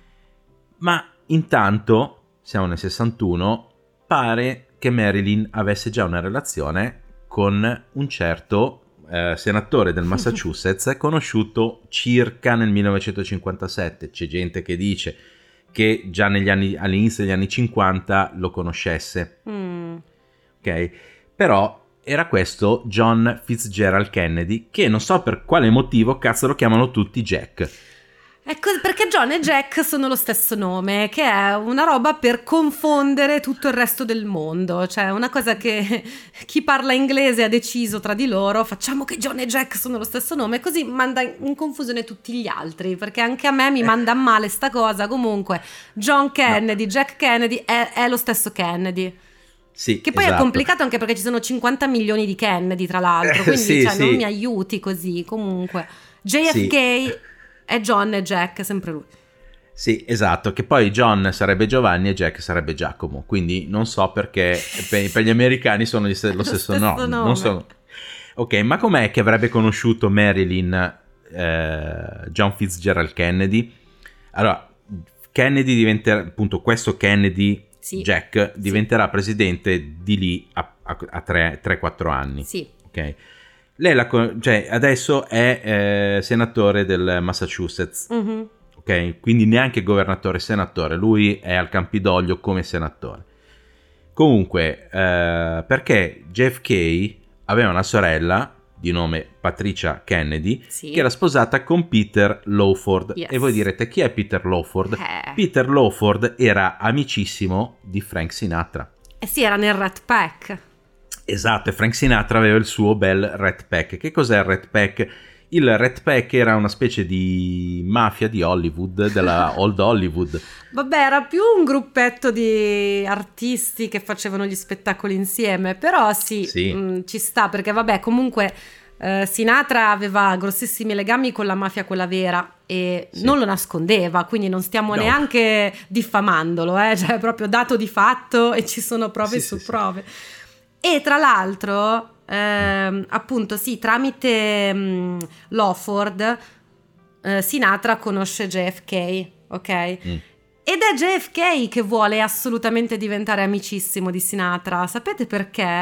Ma intanto, siamo nel sessantuno, pare che Marilyn avesse già una relazione con un certo eh, senatore del Massachusetts conosciuto circa nel millenovecentocinquantasette. C'è gente che dice che già negli anni, all'inizio degli anni cinquanta lo conoscesse. Mm. Ok? Però era questo John Fitzgerald Kennedy, che non so per quale motivo cazzo lo chiamano tutti Jack. Ecco, perché John e Jack sono lo stesso nome, che è una roba per confondere tutto il resto del mondo, cioè una cosa che chi parla inglese ha deciso tra di loro, facciamo che John e Jack sono lo stesso nome, così manda in confusione tutti gli altri, perché anche a me mi manda a male sta cosa. Comunque John Kennedy, no. Jack Kennedy è, è lo stesso Kennedy. Sì, che poi esatto. È complicato anche perché ci sono cinquanta milioni di Kennedy tra l'altro, quindi sì, cioè, sì. non mi aiuti così. Comunque J F K sì. è John e Jack, sempre lui. Sì, esatto, che poi John sarebbe Giovanni e Jack sarebbe Giacomo, quindi non so perché per, per gli americani sono lo stesso, lo stesso nome. nome. Non sono... Ok, ma com'è che avrebbe conosciuto Marilyn eh, John Fitzgerald Kennedy? Allora, Kennedy diventerà, appunto questo Kennedy, sì. Jack, diventerà sì. presidente di lì a, a, a tre quattro anni. Sì. Ok. Lei la, cioè, adesso è eh, senatore del Massachusetts, mm-hmm. ok? Quindi neanche governatore, senatore. Lui è al Campidoglio come senatore. Comunque, eh, perché J F K aveva una sorella di nome Patricia Kennedy, sì. che era sposata con Peter Lawford. Yes. E voi direte, chi è Peter Lawford? Eh. Peter Lawford era amicissimo di Frank Sinatra. Eh sì, era nel Rat Pack. Esatto, e Frank Sinatra aveva il suo bel Rat Pack. Che cos'è il Rat Pack? Il Rat Pack era una specie di mafia di Hollywood, della Old Hollywood. Vabbè, era più un gruppetto di artisti che facevano gli spettacoli insieme, però sì, Sì. mh, ci sta, perché vabbè, comunque eh, Sinatra aveva grossissimi legami con la mafia, quella vera, e Sì. non lo nascondeva, quindi non stiamo No. neanche diffamandolo, eh? Cioè è proprio dato di fatto e ci sono prove Sì, su sì, sì. prove. E tra l'altro... Ehm, appunto sì, tramite mh, Lawford eh, Sinatra conosce J F K, ok? Mm. Ed è J F K che vuole assolutamente diventare amicissimo di Sinatra. Sapete perché?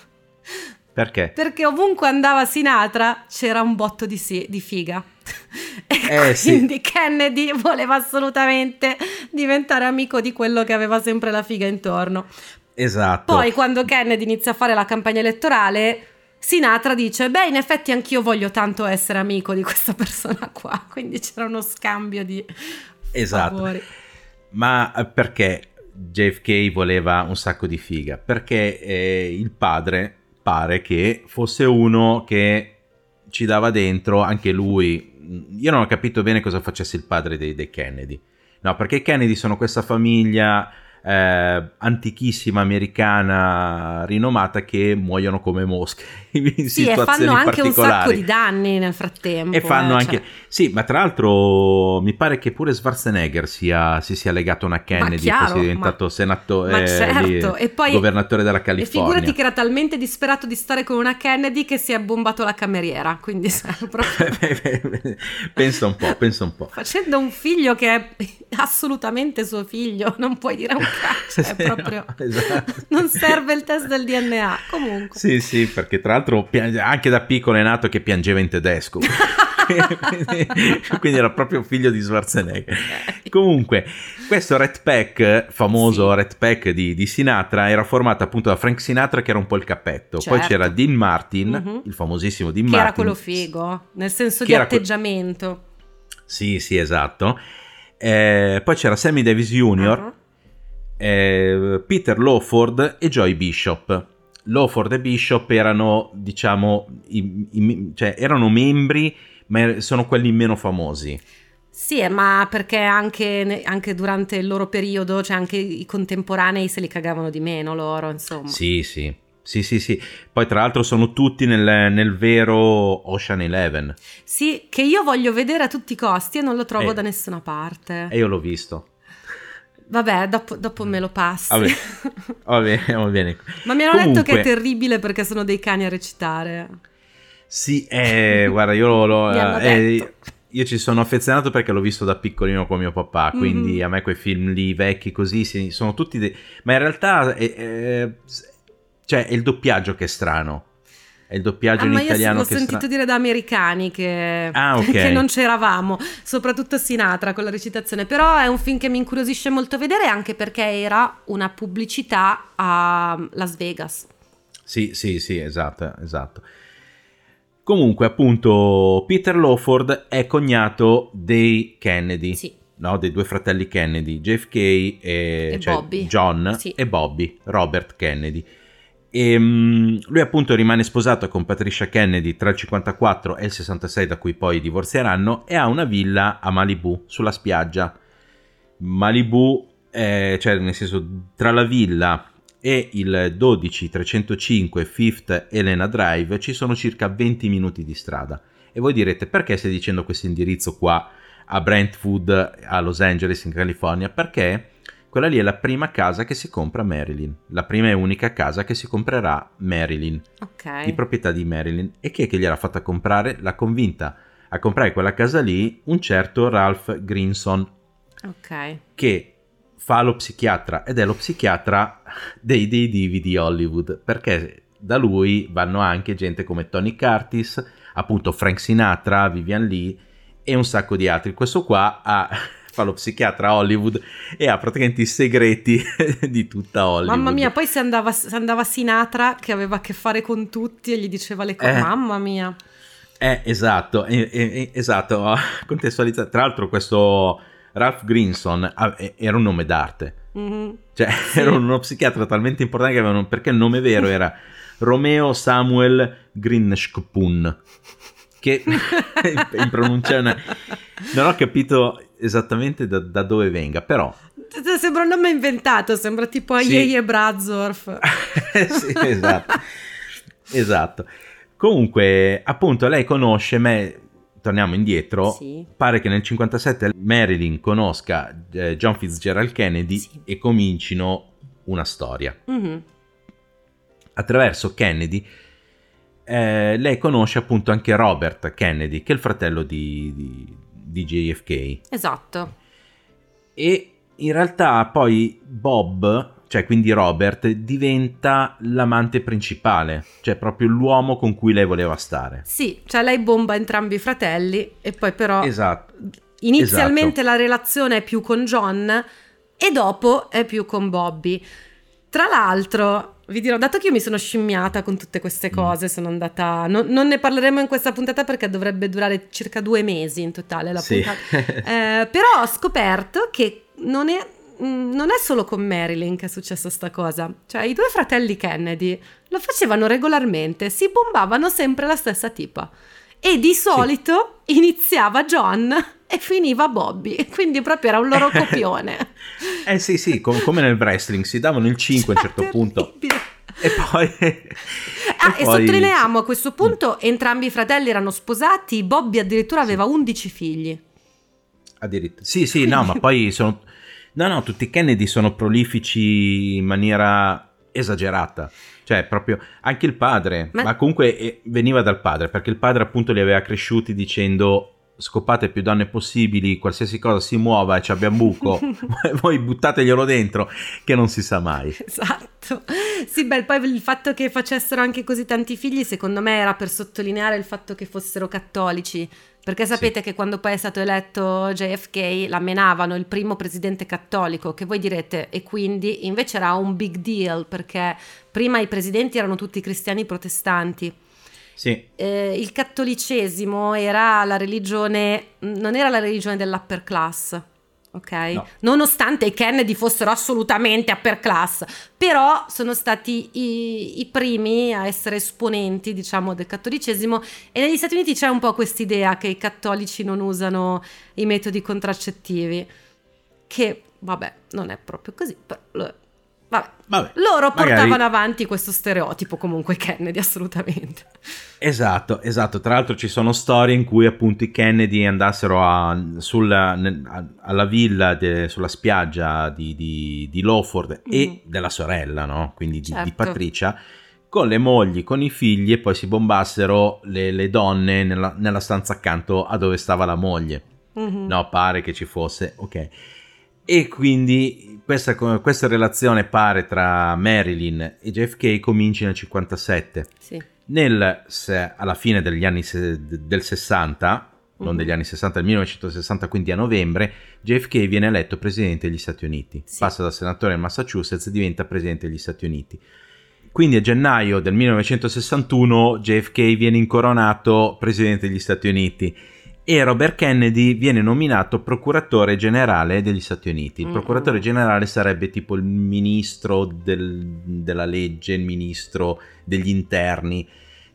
Perché? Perché ovunque andava Sinatra c'era un botto di, si- di figa. E Eh, sì. quindi Kennedy voleva assolutamente diventare amico di quello che aveva sempre la figa intorno. Esatto. Poi quando Kennedy inizia a fare la campagna elettorale, Sinatra dice, beh, in effetti anch'io voglio tanto essere amico di questa persona qua, quindi c'era uno scambio di Esatto. favori. Ma perché J F K voleva un sacco di figa? Perché eh, il padre pare che fosse uno che ci dava dentro, anche lui. Io non ho capito bene cosa facesse il padre dei, dei Kennedy. No, perché i Kennedy sono questa famiglia... Eh, antichissima americana rinomata che muoiono come mosche in sì, e fanno anche un sacco di danni nel frattempo. E fanno eh, anche... cioè... Sì, ma tra l'altro mi pare che pure Schwarzenegger sia, si sia legato a una Kennedy, chiaro, poi sia diventato ma... senatore, ma certo. lì, E poi... governatore della California. E figurati che era talmente disperato di stare con una Kennedy che si è bombato la cameriera, quindi proprio... pensa un po', pensa un po'. Facendo un figlio che è assolutamente suo figlio, non puoi dire un cazzo, è proprio... Esatto. Non serve il test del D N A, comunque. Sì, sì, perché tra l'altro anche da piccolo è nato che piangeva in tedesco. quindi, quindi era proprio figlio di Schwarzenegger. Comunque, questo Rat Pack, famoso sì. Rat Pack di, di Sinatra, era formato appunto da Frank Sinatra, che era un po' il cappetto. Certo. Poi c'era Dean Martin, uh-huh. il famosissimo Dean che Martin. Che era quello figo, nel senso di atteggiamento. Que- sì, sì, esatto. Eh, poi c'era Sammy Davis Junior, uh-huh. eh, Peter Lawford e Joy Bishop. Lawford e Bishop erano, diciamo, i, i, cioè erano membri, ma sono quelli meno famosi. Sì, ma perché anche, anche durante il loro periodo, cioè anche i contemporanei se li cagavano di meno loro, insomma. Sì, sì, sì, sì, sì. Poi tra l'altro sono tutti nel, nel vero Ocean Eleven. Sì, che io voglio vedere a tutti i costi e non lo trovo eh, da nessuna parte. E io l'ho visto. Vabbè, dopo, dopo me lo passi. Vabbè, va bene, va bene. Ma mi hanno Comunque, detto che è terribile perché sono dei cani a recitare. Sì, eh, guarda, io lo... mi hanno eh, detto. Io ci sono affezionato perché l'ho visto da piccolino con mio papà, quindi mm-hmm. a me quei film lì vecchi così sì, sono tutti... De... Ma in realtà è, è, cioè, è il doppiaggio che è strano. È il doppiaggio ah, in ma italiano io che l'ho sentito stra... dire da americani che... Ah, okay. che non c'eravamo, soprattutto Sinatra con la recitazione, però è un film che mi incuriosisce molto vedere anche perché era una pubblicità a Las Vegas. Sì, sì, sì, esatto, esatto. Comunque, appunto, Peter Lawford è cognato dei Kennedy, sì. no? Dei due fratelli Kennedy, J F K e, e cioè Bobby. John sì. e Bobby, Robert Kennedy. E um, lui appunto rimane sposato con Patricia Kennedy tra il cinquantaquattro e il sessantasei, da cui poi divorzieranno, e ha una villa a Malibu, sulla spiaggia. Malibu, eh, cioè nel senso, tra la villa e il dodici trecentocinque Fifth Helena Drive ci sono circa venti minuti di strada. E voi direte, perché stai dicendo questo indirizzo qua a Brentwood, a Los Angeles in California? Perché quella lì è la prima casa che si compra Marilyn, la prima e unica casa che si comprerà Marilyn, okay. di proprietà di Marilyn. E chi è che gliel'ha fatta comprare? L'ha convinta a comprare quella casa lì un certo Ralph Grinson, okay. che fa lo psichiatra ed è lo psichiatra dei, dei divi di Hollywood, perché da lui vanno anche gente come Tony Curtis, appunto Frank Sinatra, Vivian Leigh e un sacco di altri. Questo qua ha fa lo psichiatra a Hollywood e ha praticamente i segreti di tutta Hollywood. Mamma mia, poi se andava, se andava Sinatra che aveva a che fare con tutti e gli diceva le cose, eh, mamma mia. Eh, esatto, eh, eh, esatto, contestualizzato. Tra l'altro questo Ralph Grinson era un nome d'arte, mm-hmm. cioè sì. Era uno psichiatra talmente importante che avevano, perché il nome vero era Romeo Samuel Grinshkpun, che in pronuncia una... non ho capito esattamente da, da dove venga, però sembra un nome inventato, sembra tipo Aieie sì. Brazorf. Sì, esatto, esatto. Comunque, appunto, lei conosce me, torniamo indietro, sì. Pare che nel cinquantasette Marilyn conosca eh, John Fitzgerald Kennedy sì. E comincino una storia. Mm-hmm. Attraverso Kennedy eh, lei conosce appunto anche Robert Kennedy, che è il fratello di, di, di J F K. Esatto. E in realtà poi Bob, cioè quindi Robert, diventa l'amante principale, cioè proprio l'uomo con cui lei voleva stare. Sì, cioè lei bomba entrambi i fratelli e poi però esatto. inizialmente esatto. La relazione è più con John e dopo è più con Bobby. Tra l'altro, vi dirò, dato che io mi sono scimmiata con tutte queste cose, mm. sono andata... No, non ne parleremo in questa puntata perché dovrebbe durare circa due mesi in totale la sì. puntata. eh, però ho scoperto che non è... non è solo con Marilyn che è successa sta cosa, cioè i due fratelli Kennedy lo facevano regolarmente, si bombavano sempre la stessa tipa e di solito sì. Iniziava John e finiva Bobby, quindi proprio era un loro copione. Eh sì sì, com- come nel wrestling, si davano il cinque cioè, a un certo punto e poi... ah, e, e poi... sottolineiamo a questo punto mm. entrambi i fratelli erano sposati, Bobby addirittura aveva sì. undici figli. Addirittura. Sì sì, no, ma poi sono... No, no, tutti i Kennedy sono prolifici in maniera esagerata, cioè proprio anche il padre, ma, ma comunque eh, veniva dal padre, perché il padre appunto li aveva cresciuti dicendo scopate più donne possibili, qualsiasi cosa si muova e ci abbia un buco, voi buttateglielo dentro che non si sa mai. Esatto, sì, beh, poi il fatto che facessero anche così tanti figli secondo me era per sottolineare il fatto che fossero cattolici. Perché sapete sì. Che quando poi è stato eletto J F K la menavano il primo presidente cattolico, che voi direte, e quindi invece era un big deal, perché prima i presidenti erano tutti cristiani protestanti. Sì. Eh, il cattolicesimo era la religione, non era la religione dell'upper class. Ok, no. Nonostante i Kennedy fossero assolutamente upper class, però sono stati i, i primi a essere esponenti, diciamo, del cattolicesimo, e negli Stati Uniti c'è un po' quest'idea che i cattolici non usano i metodi contraccettivi, che vabbè, non è proprio così, però vabbè. Vabbè, loro portavano magari... avanti questo stereotipo, comunque i Kennedy, assolutamente. Esatto, esatto. Tra l'altro ci sono storie in cui appunto i Kennedy andassero a, sulla, a, alla villa, de, sulla spiaggia di, di, di Lawford mm. e della sorella, no? Quindi di, certo. di Patricia, con le mogli, con i figli, e poi si bombassero le, le donne nella, nella stanza accanto a dove stava la moglie. Mm-hmm. No, pare che ci fosse, ok. E quindi questa, questa relazione pare tra Marilyn e J F K comincia nel cinquantasette. Sì. Nel, se, alla fine degli anni se, del sessanta, non uh-huh. degli anni sessanta, del millenovecentosessanta, quindi a novembre, J F K viene eletto presidente degli Stati Uniti. Sì. Passa da senatore del Massachusetts e diventa presidente degli Stati Uniti. Quindi a gennaio del millenovecentosessantuno J F K viene incoronato presidente degli Stati Uniti. E Robert Kennedy viene nominato procuratore generale degli Stati Uniti. Il procuratore generale sarebbe tipo il ministro del, della legge, il ministro degli interni.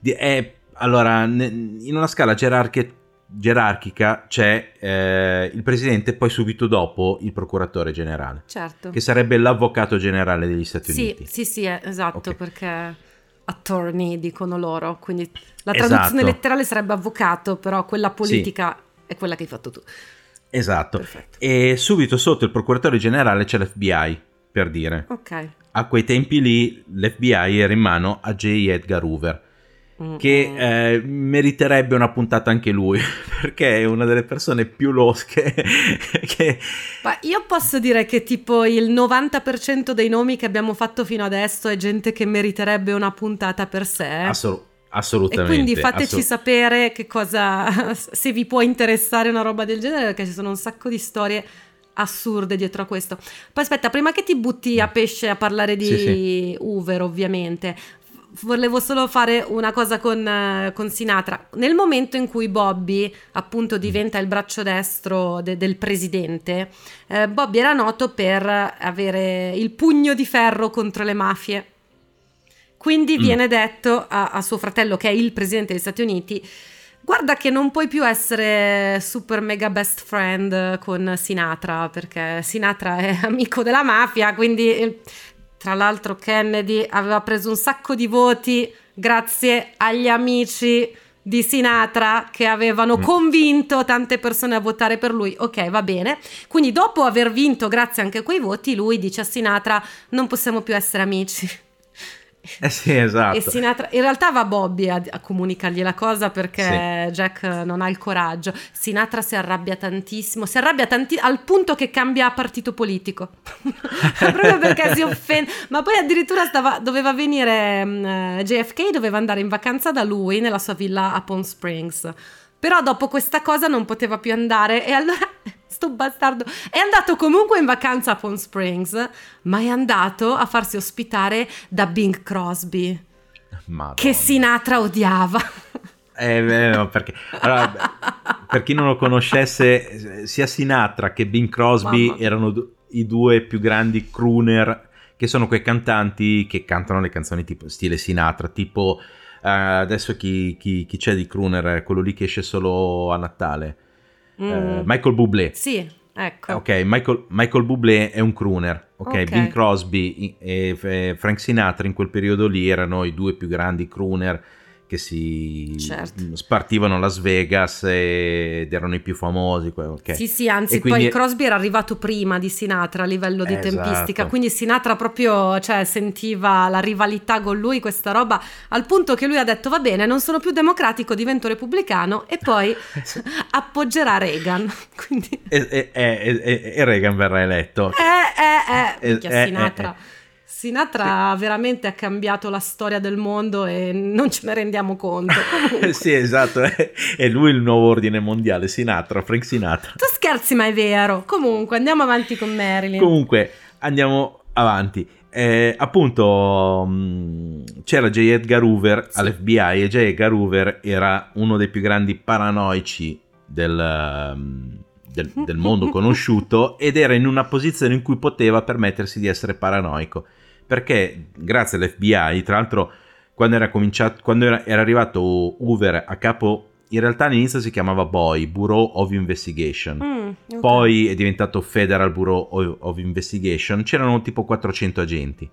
È, allora, in una scala gerarchi- gerarchica c'è eh, il presidente, poi subito dopo il procuratore generale. Certo. Che sarebbe l'avvocato generale degli Stati sì, Uniti. Sì, sì, esatto, okay. Perché... attorney dicono loro, quindi la traduzione esatto. letterale sarebbe avvocato, però quella politica sì. è quella che hai fatto tu. Esatto. Perfetto. E subito sotto il procuratore generale c'è l'F B I, per dire. Ok. A quei tempi lì l'F B I era in mano a J. Edgar Hoover, mm-hmm. che eh, meriterebbe una puntata anche lui, perché è una delle persone più losche che... Ma io posso dire che tipo il novanta per cento dei nomi che abbiamo fatto fino adesso è gente che meriterebbe una puntata per sé. Assolut- assolutamente. E quindi fateci assolut- sapere che cosa, se vi può interessare una roba del genere, perché ci sono un sacco di storie assurde dietro a questo. Poi aspetta, prima che ti butti a pesce a parlare di sì, sì. Hoover, ovviamente, volevo solo fare una cosa con, uh, con Sinatra. Nel momento in cui Bobby appunto diventa il braccio destro de- del presidente, eh, Bobby era noto per avere il pugno di ferro contro le mafie. Quindi mm. viene detto a, a suo fratello, che è il presidente degli Stati Uniti: guarda che non puoi più essere super mega best friend con Sinatra, perché Sinatra è amico della mafia, quindi... Tra l'altro Kennedy aveva preso un sacco di voti grazie agli amici di Sinatra che avevano mm. convinto tante persone a votare per lui. Ok, va bene. Quindi dopo aver vinto grazie anche a quei voti, lui dice a Sinatra: non possiamo più essere amici. Eh sì, esatto. E Sinatra, in realtà va Bobby a, a comunicargli la cosa, perché sì. Jack non ha il coraggio. Sinatra si arrabbia tantissimo, si arrabbia tanti, al punto che cambia partito politico proprio perché si offende. Ma poi addirittura stava, doveva venire um, J F K doveva andare in vacanza da lui nella sua villa a Palm Springs, però dopo questa cosa non poteva più andare, e allora sto bastardo è andato comunque in vacanza a Palm Springs, ma è andato a farsi ospitare da Bing Crosby, Madonna. Che Sinatra odiava. Eh, beh, perché allora, per chi non lo conoscesse, sia Sinatra che Bing Crosby erano du- i due più grandi crooner, che sono quei cantanti che cantano le canzoni tipo stile Sinatra, tipo uh, adesso chi, chi, chi c'è di crooner, quello lì che esce solo a Natale. Mm. Uh, Michael Bublé. Sì, ecco. Ok, Michael, Michael Bublé è un crooner. Ok, okay. Bing Crosby e, e Frank Sinatra in quel periodo lì erano i due più grandi crooner che si certo. spartivano a Las Vegas ed erano i più famosi. Okay. Sì, sì, anzi quindi... poi Crosby era arrivato prima di Sinatra a livello di esatto. tempistica, quindi Sinatra proprio, cioè, sentiva la rivalità con lui, questa roba, al punto che lui ha detto: va bene, non sono più democratico, divento repubblicano, e poi appoggerà Reagan. Quindi... E, e, e, e Reagan verrà eletto. Eh, eh, eh, eh, Sinatra. Eh, eh. Sinatra sì. veramente ha cambiato la storia del mondo e non ce ne rendiamo conto. Sì, esatto, è lui il nuovo ordine mondiale, Sinatra, Frank Sinatra. Tu scherzi, ma è vero. Comunque, andiamo avanti con Marilyn. Comunque, andiamo avanti. Eh, appunto, mh, c'era J. Edgar Hoover sì. all'F B I, e J. Edgar Hoover era uno dei più grandi paranoici del... Um, Del, del mondo conosciuto, ed era in una posizione in cui poteva permettersi di essere paranoico, perché grazie all'F B I, tra l'altro, quando era cominciato, quando era, era arrivato Hoover a capo, in realtà all'inizio si chiamava B O I, Bureau of Investigation, mm, okay. poi è diventato Federal Bureau of Investigation, c'erano tipo quattrocento agenti,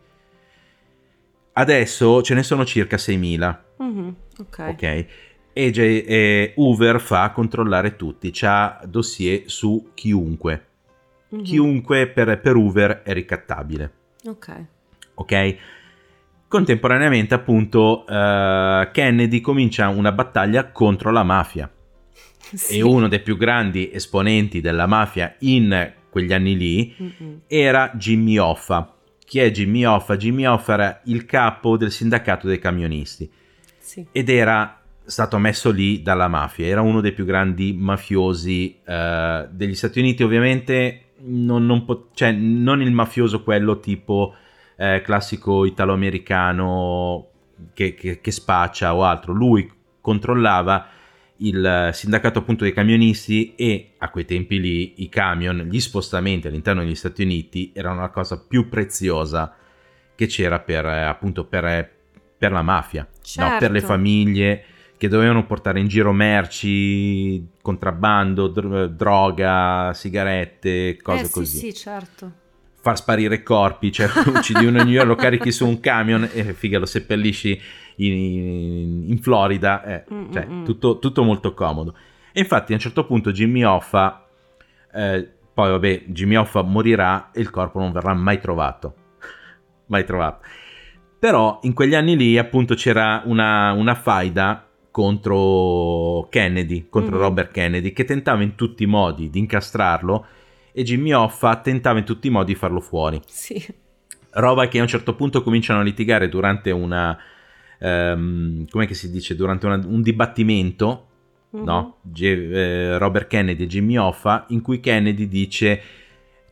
adesso ce ne sono circa seimila. Mm-hmm, ok, ok. E, J, e Hoover fa controllare tutti, c'ha dossier su chiunque. Mm-hmm. Chiunque per, per Hoover è ricattabile. Ok. Ok? Contemporaneamente, appunto, uh, Kennedy comincia una battaglia contro la mafia. Sì. E uno dei più grandi esponenti della mafia in quegli anni lì mm-hmm. era Jimmy Hoffa. Chi è Jimmy Hoffa? Jimmy Hoffa era il capo del sindacato dei camionisti. Sì. Ed era stato messo lì dalla mafia, era uno dei più grandi mafiosi uh, degli Stati Uniti, ovviamente non, non, po- cioè, non il mafioso quello tipo eh, classico italo-americano che, che, che spaccia o altro. Lui controllava il sindacato appunto dei camionisti, e a quei tempi lì i camion, gli spostamenti all'interno degli Stati Uniti erano la cosa più preziosa che c'era per eh, appunto per, per la mafia, certo. no? Per le famiglie che dovevano portare in giro merci, contrabbando, dr- droga, sigarette, cose eh, così. Sì, sì, certo. Far sparire corpi, cioè uccidi uno in New York, lo carichi su un camion e figa, lo seppellisci in, in, in Florida, eh, cioè tutto, tutto molto comodo. E infatti a un certo punto Jimmy Hoffa, eh, poi vabbè, Jimmy Hoffa morirà e il corpo non verrà mai trovato, mai trovato. Però in quegli anni lì appunto c'era una, una faida contro Kennedy, contro mm-hmm. Robert Kennedy, che tentava in tutti i modi di incastrarlo, e Jimmy Hoffa tentava in tutti i modi di farlo fuori. Sì. Roba che a un certo punto cominciano a litigare durante una, um, come si dice, durante una, un dibattimento, mm-hmm. no? G- eh, Robert Kennedy e Jimmy Hoffa, in cui Kennedy dice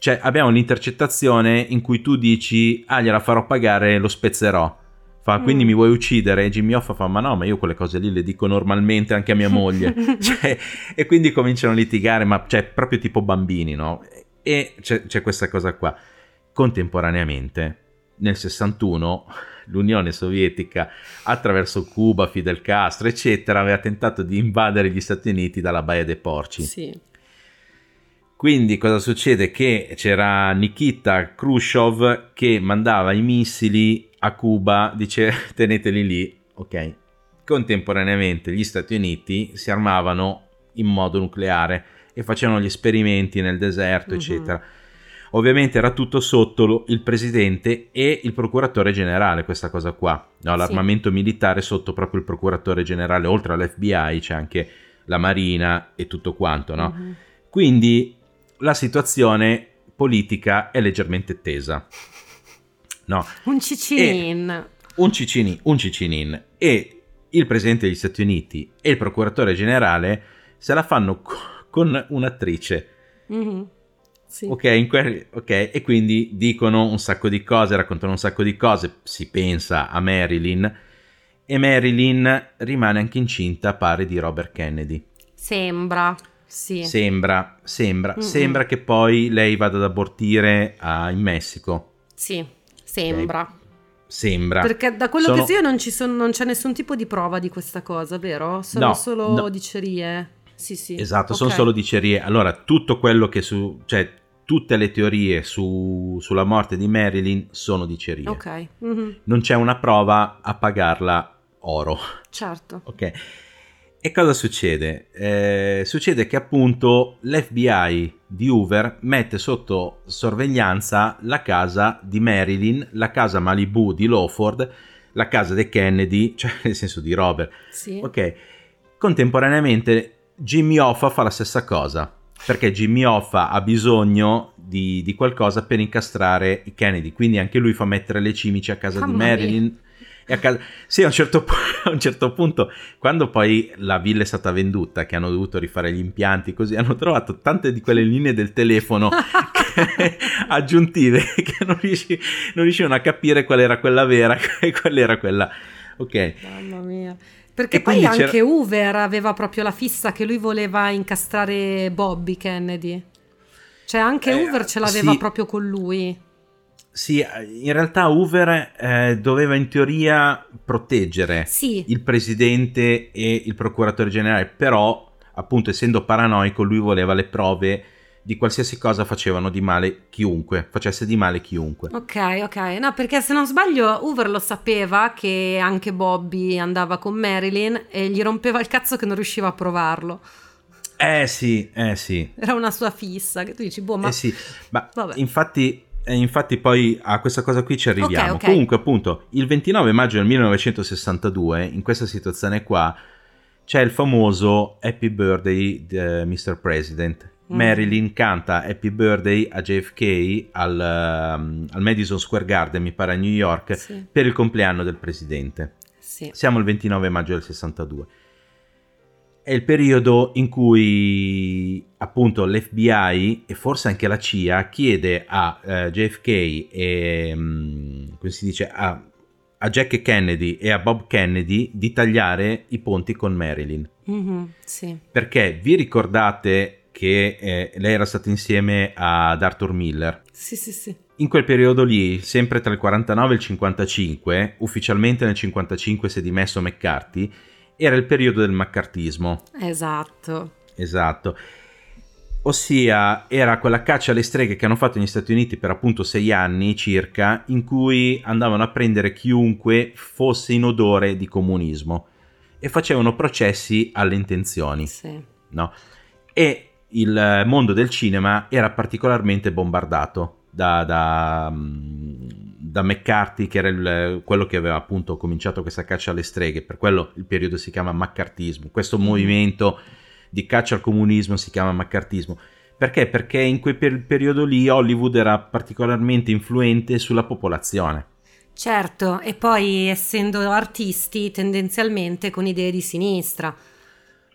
Cioè abbiamo l'intercettazione in cui tu dici ah gliela farò pagare, lo spezzerò. Fa, quindi mm. mi vuoi uccidere? E Jimmy Hoffa fa ma no, ma io quelle cose lì le dico normalmente anche a mia moglie. Cioè, e quindi cominciano a litigare, ma cioè proprio tipo bambini, no? E c'è, c'è questa cosa qua. Contemporaneamente nel sessantuno l'Unione Sovietica attraverso Cuba, Fidel Castro eccetera aveva tentato di invadere gli Stati Uniti dalla Baia dei Porci. Sì. Quindi cosa succede? Che c'era Nikita Khrushchev che mandava i missili a Cuba, dice teneteli lì, ok. Contemporaneamente gli Stati Uniti si armavano in modo nucleare e facevano gli esperimenti nel deserto, mm-hmm. eccetera. Ovviamente era tutto sotto il presidente e il procuratore generale, questa cosa qua, no? L'armamento sì. militare sotto proprio il procuratore generale, oltre all'F B I c'è anche la Marina e tutto quanto, no? Mm-hmm. Quindi la situazione politica è leggermente tesa. No. Un cicinin. E un cicinin, un cicinin. E il presidente degli Stati Uniti e il procuratore generale se la fanno co- con un'attrice. Mm-hmm. Sì. Ok, in que- ok, e quindi dicono un sacco di cose, raccontano un sacco di cose, si pensa a Marilyn, e Marilyn rimane anche incinta, pare, di Robert Kennedy. Sembra, sì. Sembra, sembra, Mm-mm. sembra che poi lei vada ad abortire a, in Messico. Sì, sembra. Okay. Sembra. Perché da quello Sono... che so io non, ci son, non c'è nessun tipo di prova di questa cosa, vero? Sono no, solo no. dicerie. Sì, sì. Esatto, okay. sono solo dicerie. Allora, tutto quello che su... cioè, tutte le teorie su, sulla morte di Marilyn sono dicerie. Ok. Mm-hmm. Non c'è una prova a pagarla oro. Certo. Ok. E cosa succede? Eh, succede che appunto l'F B I di Hoover mette sotto sorveglianza la casa di Marilyn, la casa Malibu di Lawford, la casa dei Kennedy, cioè nel senso di Robert. Sì. Ok. Contemporaneamente Jimmy Hoffa fa la stessa cosa, perché Jimmy Hoffa ha bisogno di, di qualcosa per incastrare i Kennedy, quindi anche lui fa mettere le cimici a casa Mamma di Marilyn. Mia. E a casa... Sì, a un, certo, a un certo punto, quando poi la villa è stata venduta, che hanno dovuto rifare gli impianti, così hanno trovato tante di quelle linee del telefono che, aggiuntive che non, riusci, non riuscivano a capire qual era quella vera e qual era quella... Ok. Mamma mia. Perché e poi anche c'era... Hoover aveva proprio la fissa che lui voleva incastrare Bobby Kennedy. Cioè anche eh, Hoover ce l'aveva sì. proprio con lui. Sì, in realtà Hoover eh, doveva in teoria proteggere sì. il presidente e il procuratore generale, però appunto essendo paranoico lui voleva le prove di qualsiasi cosa facevano di male chiunque, facesse di male chiunque. Ok, ok, no, perché se non sbaglio Hoover lo sapeva che anche Bobby andava con Marilyn e gli rompeva il cazzo che non riusciva a provarlo. Eh sì, eh sì. Era una sua fissa, che tu dici, boh, ma... Eh sì, ma vabbè. infatti... E infatti poi a questa cosa qui ci arriviamo. Okay, okay. Comunque appunto il ventinove maggio del millenovecentosessantadue in questa situazione qua c'è il famoso Happy Birthday uh, mister President. Mm. Marilyn canta Happy Birthday a J F K al, um, al Madison Square Garden, mi pare a New York, sì. per il compleanno del presidente. Sì. Siamo il ventinove maggio del sessantadue. È il periodo in cui appunto l'F B I e forse anche la C I A chiede a uh, J F K e um, come si dice a, a Jack Kennedy e a Bob Kennedy di tagliare i ponti con Marilyn. Mm-hmm, sì. Perché vi ricordate che eh, lei era stata insieme ad Arthur Miller? Sì, sì, sì. In quel periodo lì, sempre tra il quarantanove e il cinquantacinque, ufficialmente nel cinquantacinque si è dimesso McCarthy, era il periodo del maccartismo. Esatto. Esatto. Ossia, era quella caccia alle streghe che hanno fatto negli Stati Uniti per appunto sei anni circa, in cui andavano a prendere chiunque fosse in odore di comunismo e facevano processi alle intenzioni. Sì. No? E il mondo del cinema era particolarmente bombardato da... da da McCarthy, che era il, quello che aveva appunto cominciato questa caccia alle streghe, per quello il periodo si chiama maccartismo, questo mm. movimento di caccia al comunismo si chiama maccartismo. Perché? Perché in quel per- periodo lì Hollywood era particolarmente influente sulla popolazione. Certo, e poi essendo artisti tendenzialmente con idee di sinistra.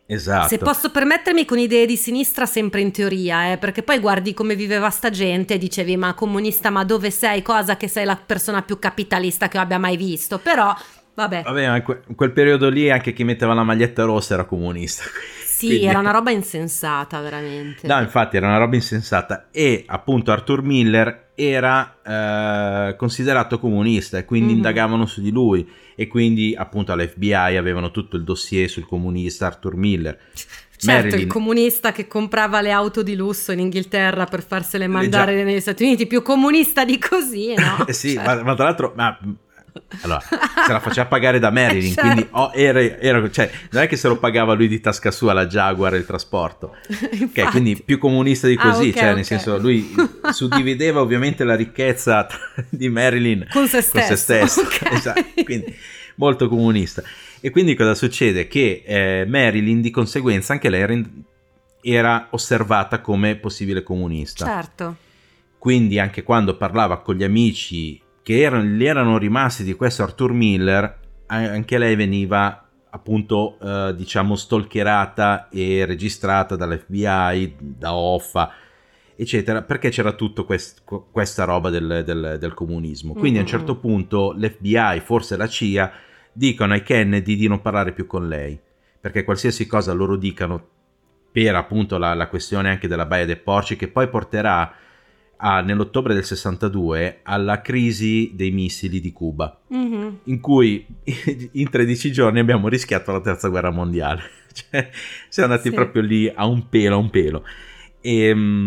Esatto. Se posso permettermi, con idee di sinistra sempre in teoria, eh, perché poi guardi come viveva sta gente e dicevi ma comunista, ma dove sei? Cosa che sei la persona più capitalista che io abbia mai visto, però vabbè. Vabbè, ma in que- in quel periodo lì anche chi metteva la maglietta rossa era comunista. Sì, Quindi... era una roba insensata, veramente. No, infatti era una roba insensata e appunto Arthur Miller era eh, considerato comunista e quindi mm-hmm. indagavano su di lui e quindi appunto all'F B I avevano tutto il dossier sul comunista Arthur Miller. Certo, Marilyn... il comunista che comprava le auto di lusso in Inghilterra per farsele mandare già... negli Stati Uniti, più comunista di così, no? Sì, certo. ma, ma tra l'altro... Ma... Allora, se la faceva pagare da Marilyn, certo. quindi oh, era, era, cioè, non è che se lo pagava lui di tasca sua la Jaguar il trasporto, ok, quindi più comunista di così, ah, okay, cioè okay. nel senso lui suddivideva ovviamente la ricchezza di Marilyn con se stesso, con se stesso. Okay. Esatto, quindi molto comunista. E quindi cosa succede? Che eh, Marilyn di conseguenza anche lei era, in, era osservata come possibile comunista. Certo. Quindi anche quando parlava con gli amici che erano, gli erano rimasti di questo Arthur Miller, anche lei veniva appunto eh, diciamo stalkerata e registrata dall'F B I, da O F A, eccetera, perché c'era tutto quest, questa roba del, del, del comunismo. Quindi mm-hmm. a un certo punto l'F B I, forse la C I A, dicono ai Kennedy di non parlare più con lei, perché qualsiasi cosa loro dicano per appunto la, la questione anche della Baia dei Porci, che poi porterà a, nell'ottobre del sessantadue alla crisi dei missili di Cuba, mm-hmm. in cui in tredici giorni abbiamo rischiato la terza guerra mondiale. Cioè, siamo andati sì. proprio lì a un pelo, a un pelo. E,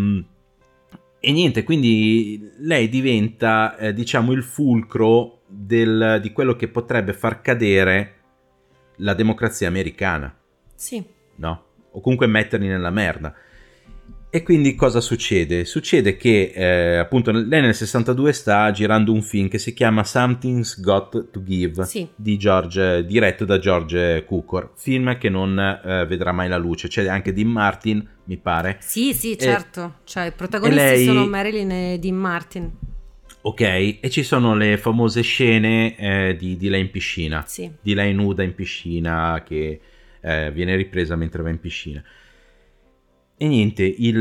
e niente, quindi lei diventa eh, diciamo il fulcro del, di quello che potrebbe far cadere la democrazia americana. Sì. No? O comunque metterli nella merda. E quindi cosa succede? Succede che eh, appunto lei nel sessantadue sta girando un film che si chiama Something's Got to Give, sì. di George, diretto da George Cukor, film che non eh, vedrà mai la luce. C'è anche Dean Martin, mi pare. Sì, sì, e, certo. Cioè i protagonisti lei... sono Marilyn e Dean Martin. Ok, e ci sono le famose scene eh, di, di lei in piscina, sì. di lei nuda in piscina che eh, viene ripresa mentre va in piscina. E niente, il,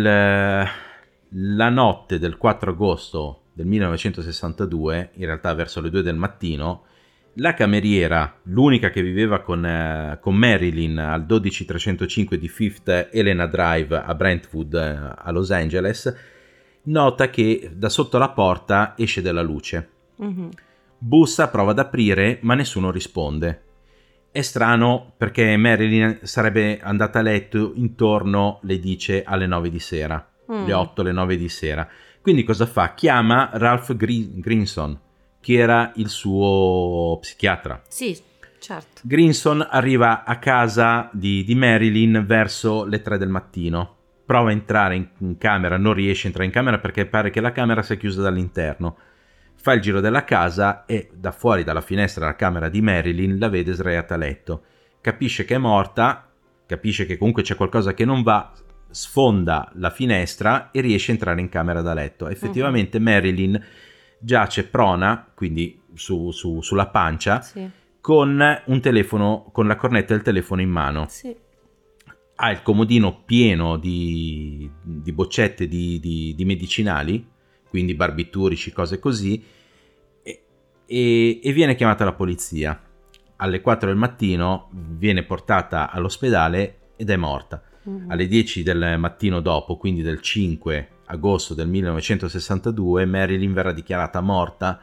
la notte del quattro agosto del millenovecentosessantadue, in realtà verso le due del mattino, la cameriera, l'unica che viveva con, eh, con Marilyn al dodici trecentocinque di Fifth Helena Drive a Brentwood, eh, a Los Angeles, nota che da sotto la porta esce della luce. Mm-hmm. Bussa, prova ad aprire, ma nessuno risponde. È strano perché Marilyn sarebbe andata a letto intorno, le dice, alle nove di sera, mm. le otto, le nove di sera. Quindi cosa fa? Chiama Ralph Gre- Grinson, che era il suo psichiatra. Sì, certo. Grinson arriva a casa di, di Marilyn verso le tre del mattino. Prova a entrare in, in camera, non riesce a entrare in camera perché pare che la camera sia chiusa dall'interno. Fa il giro della casa e da fuori dalla finestra della camera di Marilyn la vede sdraiata a letto. Capisce che è morta, capisce che comunque c'è qualcosa che non va, sfonda la finestra e riesce a entrare in camera da letto. Effettivamente uh-huh. Marilyn giace prona, quindi su, su, sulla pancia, sì. con un telefono, con la cornetta del telefono in mano. Sì. Ha il comodino pieno di, di boccette di, di, di medicinali, quindi barbiturici, cose così, e, e, e viene chiamata la polizia. Alle quattro del mattino viene portata all'ospedale ed è morta. Mm-hmm. Alle dieci del mattino dopo, quindi del cinque agosto del millenovecentosessantadue, Marilyn verrà dichiarata morta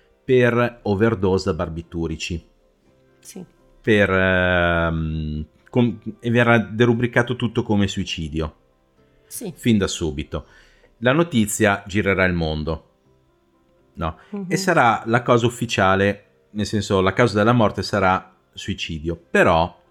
per overdose da barbiturici. Sì. Per, ehm, com- e verrà derubricato tutto come suicidio. Sì. Fin da subito. La notizia girerà il mondo, no? Uh-huh. E sarà la cosa ufficiale, nel senso la causa della morte sarà suicidio, però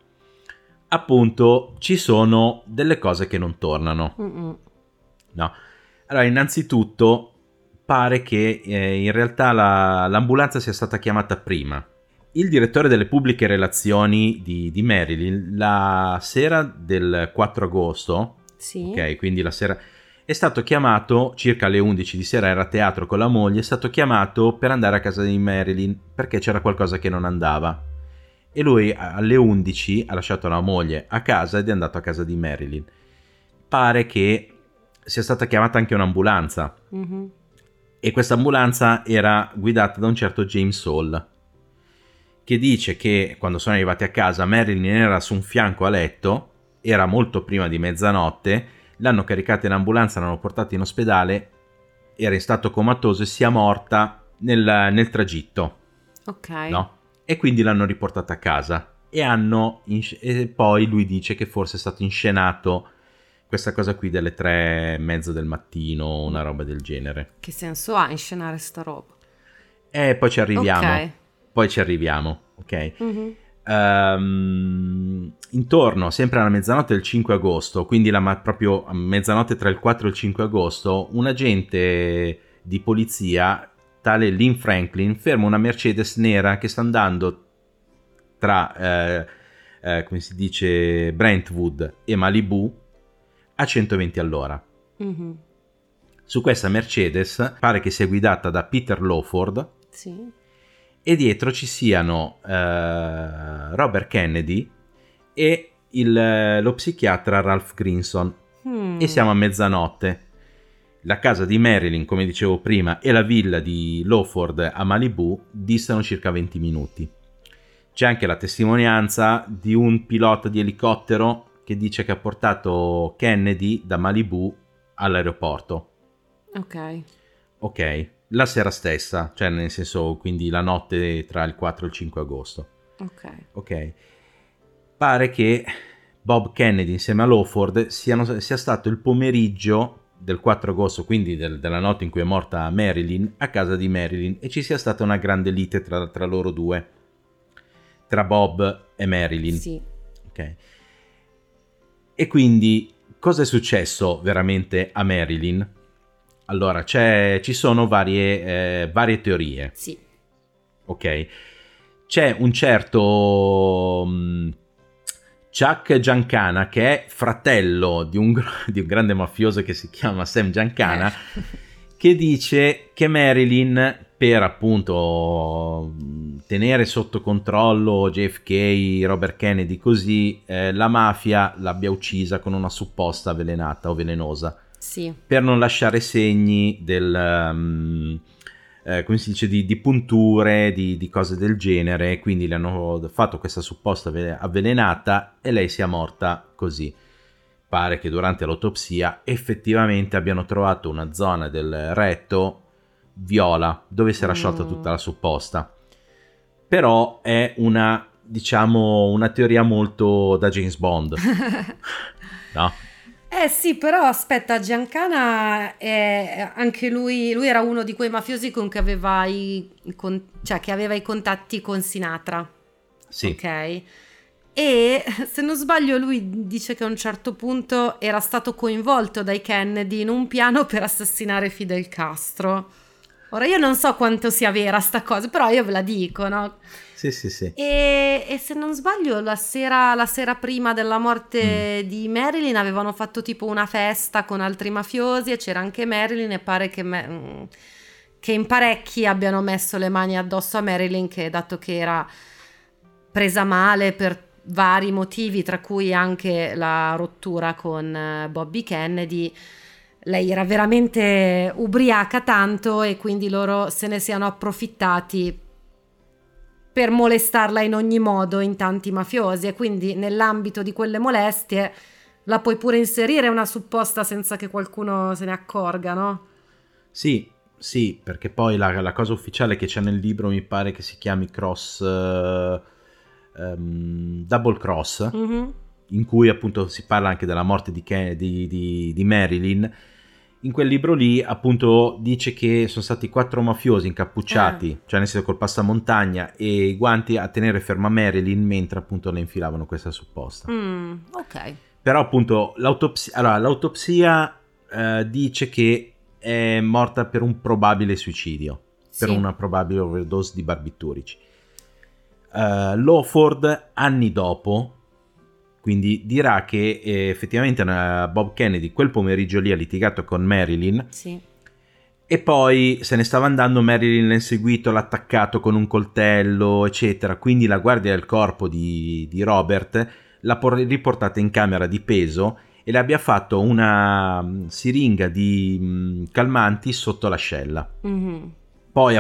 appunto ci sono delle cose che non tornano, uh-uh. no? Allora, innanzitutto pare che eh, in realtà la, l'ambulanza sia stata chiamata prima. Il direttore delle pubbliche relazioni di, di Marilyn la sera del quattro agosto, sì. ok, quindi la sera... è stato chiamato circa alle undici di sera, era a teatro con la moglie, è stato chiamato per andare a casa di Marilyn perché c'era qualcosa che non andava e lui alle undici ha lasciato la moglie a casa ed è andato a casa di Marilyn. Pare che sia stata chiamata anche un'ambulanza, mm-hmm. e questa ambulanza era guidata da un certo James Hall, che dice che quando sono arrivati a casa Marilyn era su un fianco a letto, era molto prima di mezzanotte, l'hanno caricata in ambulanza, l'hanno portata in ospedale, era in stato comatoso e sia morta nel, nel tragitto. Ok. No? E quindi l'hanno riportata a casa e hanno e poi lui dice che forse è stato inscenato questa cosa qui delle tre e mezzo del mattino, una roba del genere. Che senso ha inscenare sta roba? E poi ci arriviamo. Ok. Poi ci arriviamo, ok? Mm-hmm. Um, intorno, sempre alla mezzanotte del cinque agosto, quindi la, proprio a mezzanotte tra il quattro e il cinque agosto, un agente di polizia, tale Lynn Franklin, ferma una Mercedes nera che sta andando tra, eh, eh, come si dice, Brentwood e Malibu a centoventi all'ora. Mm-hmm. Su questa Mercedes pare che sia guidata da Peter Lawford. Sì. E dietro ci siano uh, Robert Kennedy e il, lo psichiatra Ralph Grinson. Hmm. E siamo a mezzanotte. La casa di Marilyn, come dicevo prima, e la villa di Lawford a Malibu distano circa venti minuti. C'è anche la testimonianza di un pilota di elicottero che dice che ha portato Kennedy da Malibu all'aeroporto. Ok. Ok. La sera stessa, cioè nel senso, quindi la notte tra il quattro e il cinque agosto. Ok. Ok. Pare che Bob Kennedy insieme a Lawford siano, sia stato il pomeriggio del quattro agosto, quindi del, della notte in cui è morta Marilyn, a casa di Marilyn, e ci sia stata una grande lite tra, tra loro due, tra Bob e Marilyn. Sì. Ok. E quindi cosa è successo veramente a Marilyn? Allora, c'è, ci sono varie, eh, varie teorie. Sì. Ok. C'è un certo um, Chuck Giancana, che è fratello di un, di un grande mafioso che si chiama Sam Giancana, eh. che dice che Marilyn, per appunto tenere sotto controllo J F K, Robert Kennedy, così, eh, la mafia l'abbia uccisa con una supposta avvelenata o velenosa. Sì. Per non lasciare segni del um, eh, come si dice di, di punture, di, di cose del genere, quindi le hanno fatto questa supposta avvelenata e lei sia morta così. Pare che durante l'autopsia effettivamente abbiano trovato una zona del retto viola dove si era sciolta mm. tutta la supposta, però è una, diciamo, una teoria molto da James Bond. No? Eh sì, però aspetta, Giancana è anche lui, lui era uno di quei mafiosi con che aveva i, con, cioè che aveva i contatti con Sinatra. Sì. Ok. E se non sbaglio lui dice che a un certo punto era stato coinvolto dai Kennedy in un piano per assassinare Fidel Castro. Ora io non so quanto sia vera sta cosa, però io ve la dico, no? Sì, sì, sì. E, e se non sbaglio la sera, la sera prima della morte mm. di Marilyn avevano fatto tipo una festa con altri mafiosi e c'era anche Marilyn e pare che, me, che in parecchi abbiano messo le mani addosso a Marilyn, che dato che era presa male per vari motivi, tra cui anche la rottura con Bobby Kennedy, lei era veramente ubriaca tanto e quindi loro se ne siano approfittati per molestarla in ogni modo in tanti mafiosi, e quindi nell'ambito di quelle molestie la puoi pure inserire una supposta senza che qualcuno se ne accorga, no? Sì, sì, perché poi la, la cosa ufficiale che c'è nel libro mi pare che si chiami cross uh, um, double cross, mm-hmm. in cui appunto si parla anche della morte di, Ken, di, di, di Marilyn. In quel libro lì appunto dice che sono stati quattro mafiosi incappucciati, eh. cioè nel senso col passamontagna e i guanti, a tenere ferma Marilyn mentre appunto le infilavano questa supposta. Mm, ok. Però appunto l'autopsia, allora, l'autopsia eh, dice che è morta per un probabile suicidio, sì. per una probabile overdose di barbiturici. Uh, Lawford anni dopo quindi dirà che eh, effettivamente uh, Bob Kennedy quel pomeriggio lì ha litigato con Marilyn, sì. E poi se ne stava andando, Marilyn l'ha inseguito, l'ha attaccato con un coltello, eccetera. Quindi la guardia del corpo di, di Robert l'ha por- riportata in camera di peso e le abbia fatto una siringa di mh, calmanti sotto l'ascella. Mm-hmm. Poi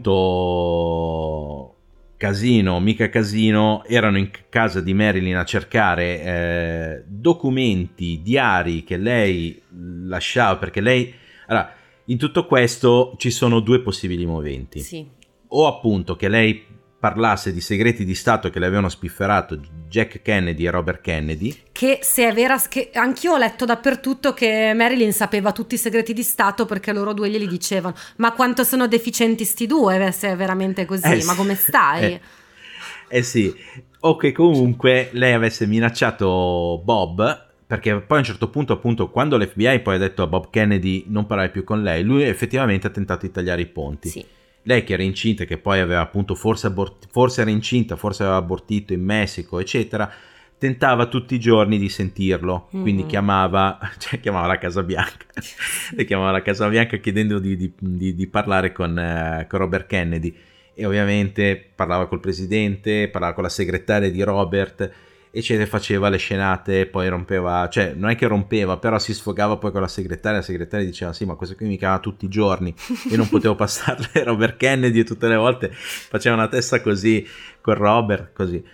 appunto casino, mica casino, erano in casa di Marilyn a cercare eh, documenti, diari che lei lasciava, perché lei... Allora, in tutto questo ci sono due possibili moventi. Sì. O appunto che lei parlasse di segreti di Stato che le avevano spifferato Jack Kennedy e Robert Kennedy. Che se è vera, che anch'io ho letto dappertutto che Marilyn sapeva tutti i segreti di Stato perché loro due glieli dicevano. Ma quanto sono deficienti sti due, se è veramente così, Eh, ma come stai? Eh, eh sì, o che comunque lei avesse minacciato Bob, perché poi a un certo punto, appunto, quando l'F B I poi ha detto a Bob Kennedy non parlare più con lei, lui effettivamente ha tentato di tagliare i ponti. Sì. Lei che era incinta, che poi aveva appunto forse, abort- forse era incinta, forse aveva abortito in Messico, eccetera, tentava tutti i giorni di sentirlo, mm-hmm. quindi chiamava, cioè chiamava la Casa Bianca, le chiamava la Casa Bianca chiedendo di, di, di, di parlare con, uh, con Robert Kennedy, e ovviamente parlava col presidente, parlava con la segretaria di Robert, eccetera, faceva le scenate, poi rompeva, cioè non è che rompeva, però si sfogava poi con la segretaria, la segretaria diceva sì, ma questo qui mi chiama tutti i giorni, io non potevo passarle Robert Kennedy, e tutte le volte faceva una testa così con Robert, così.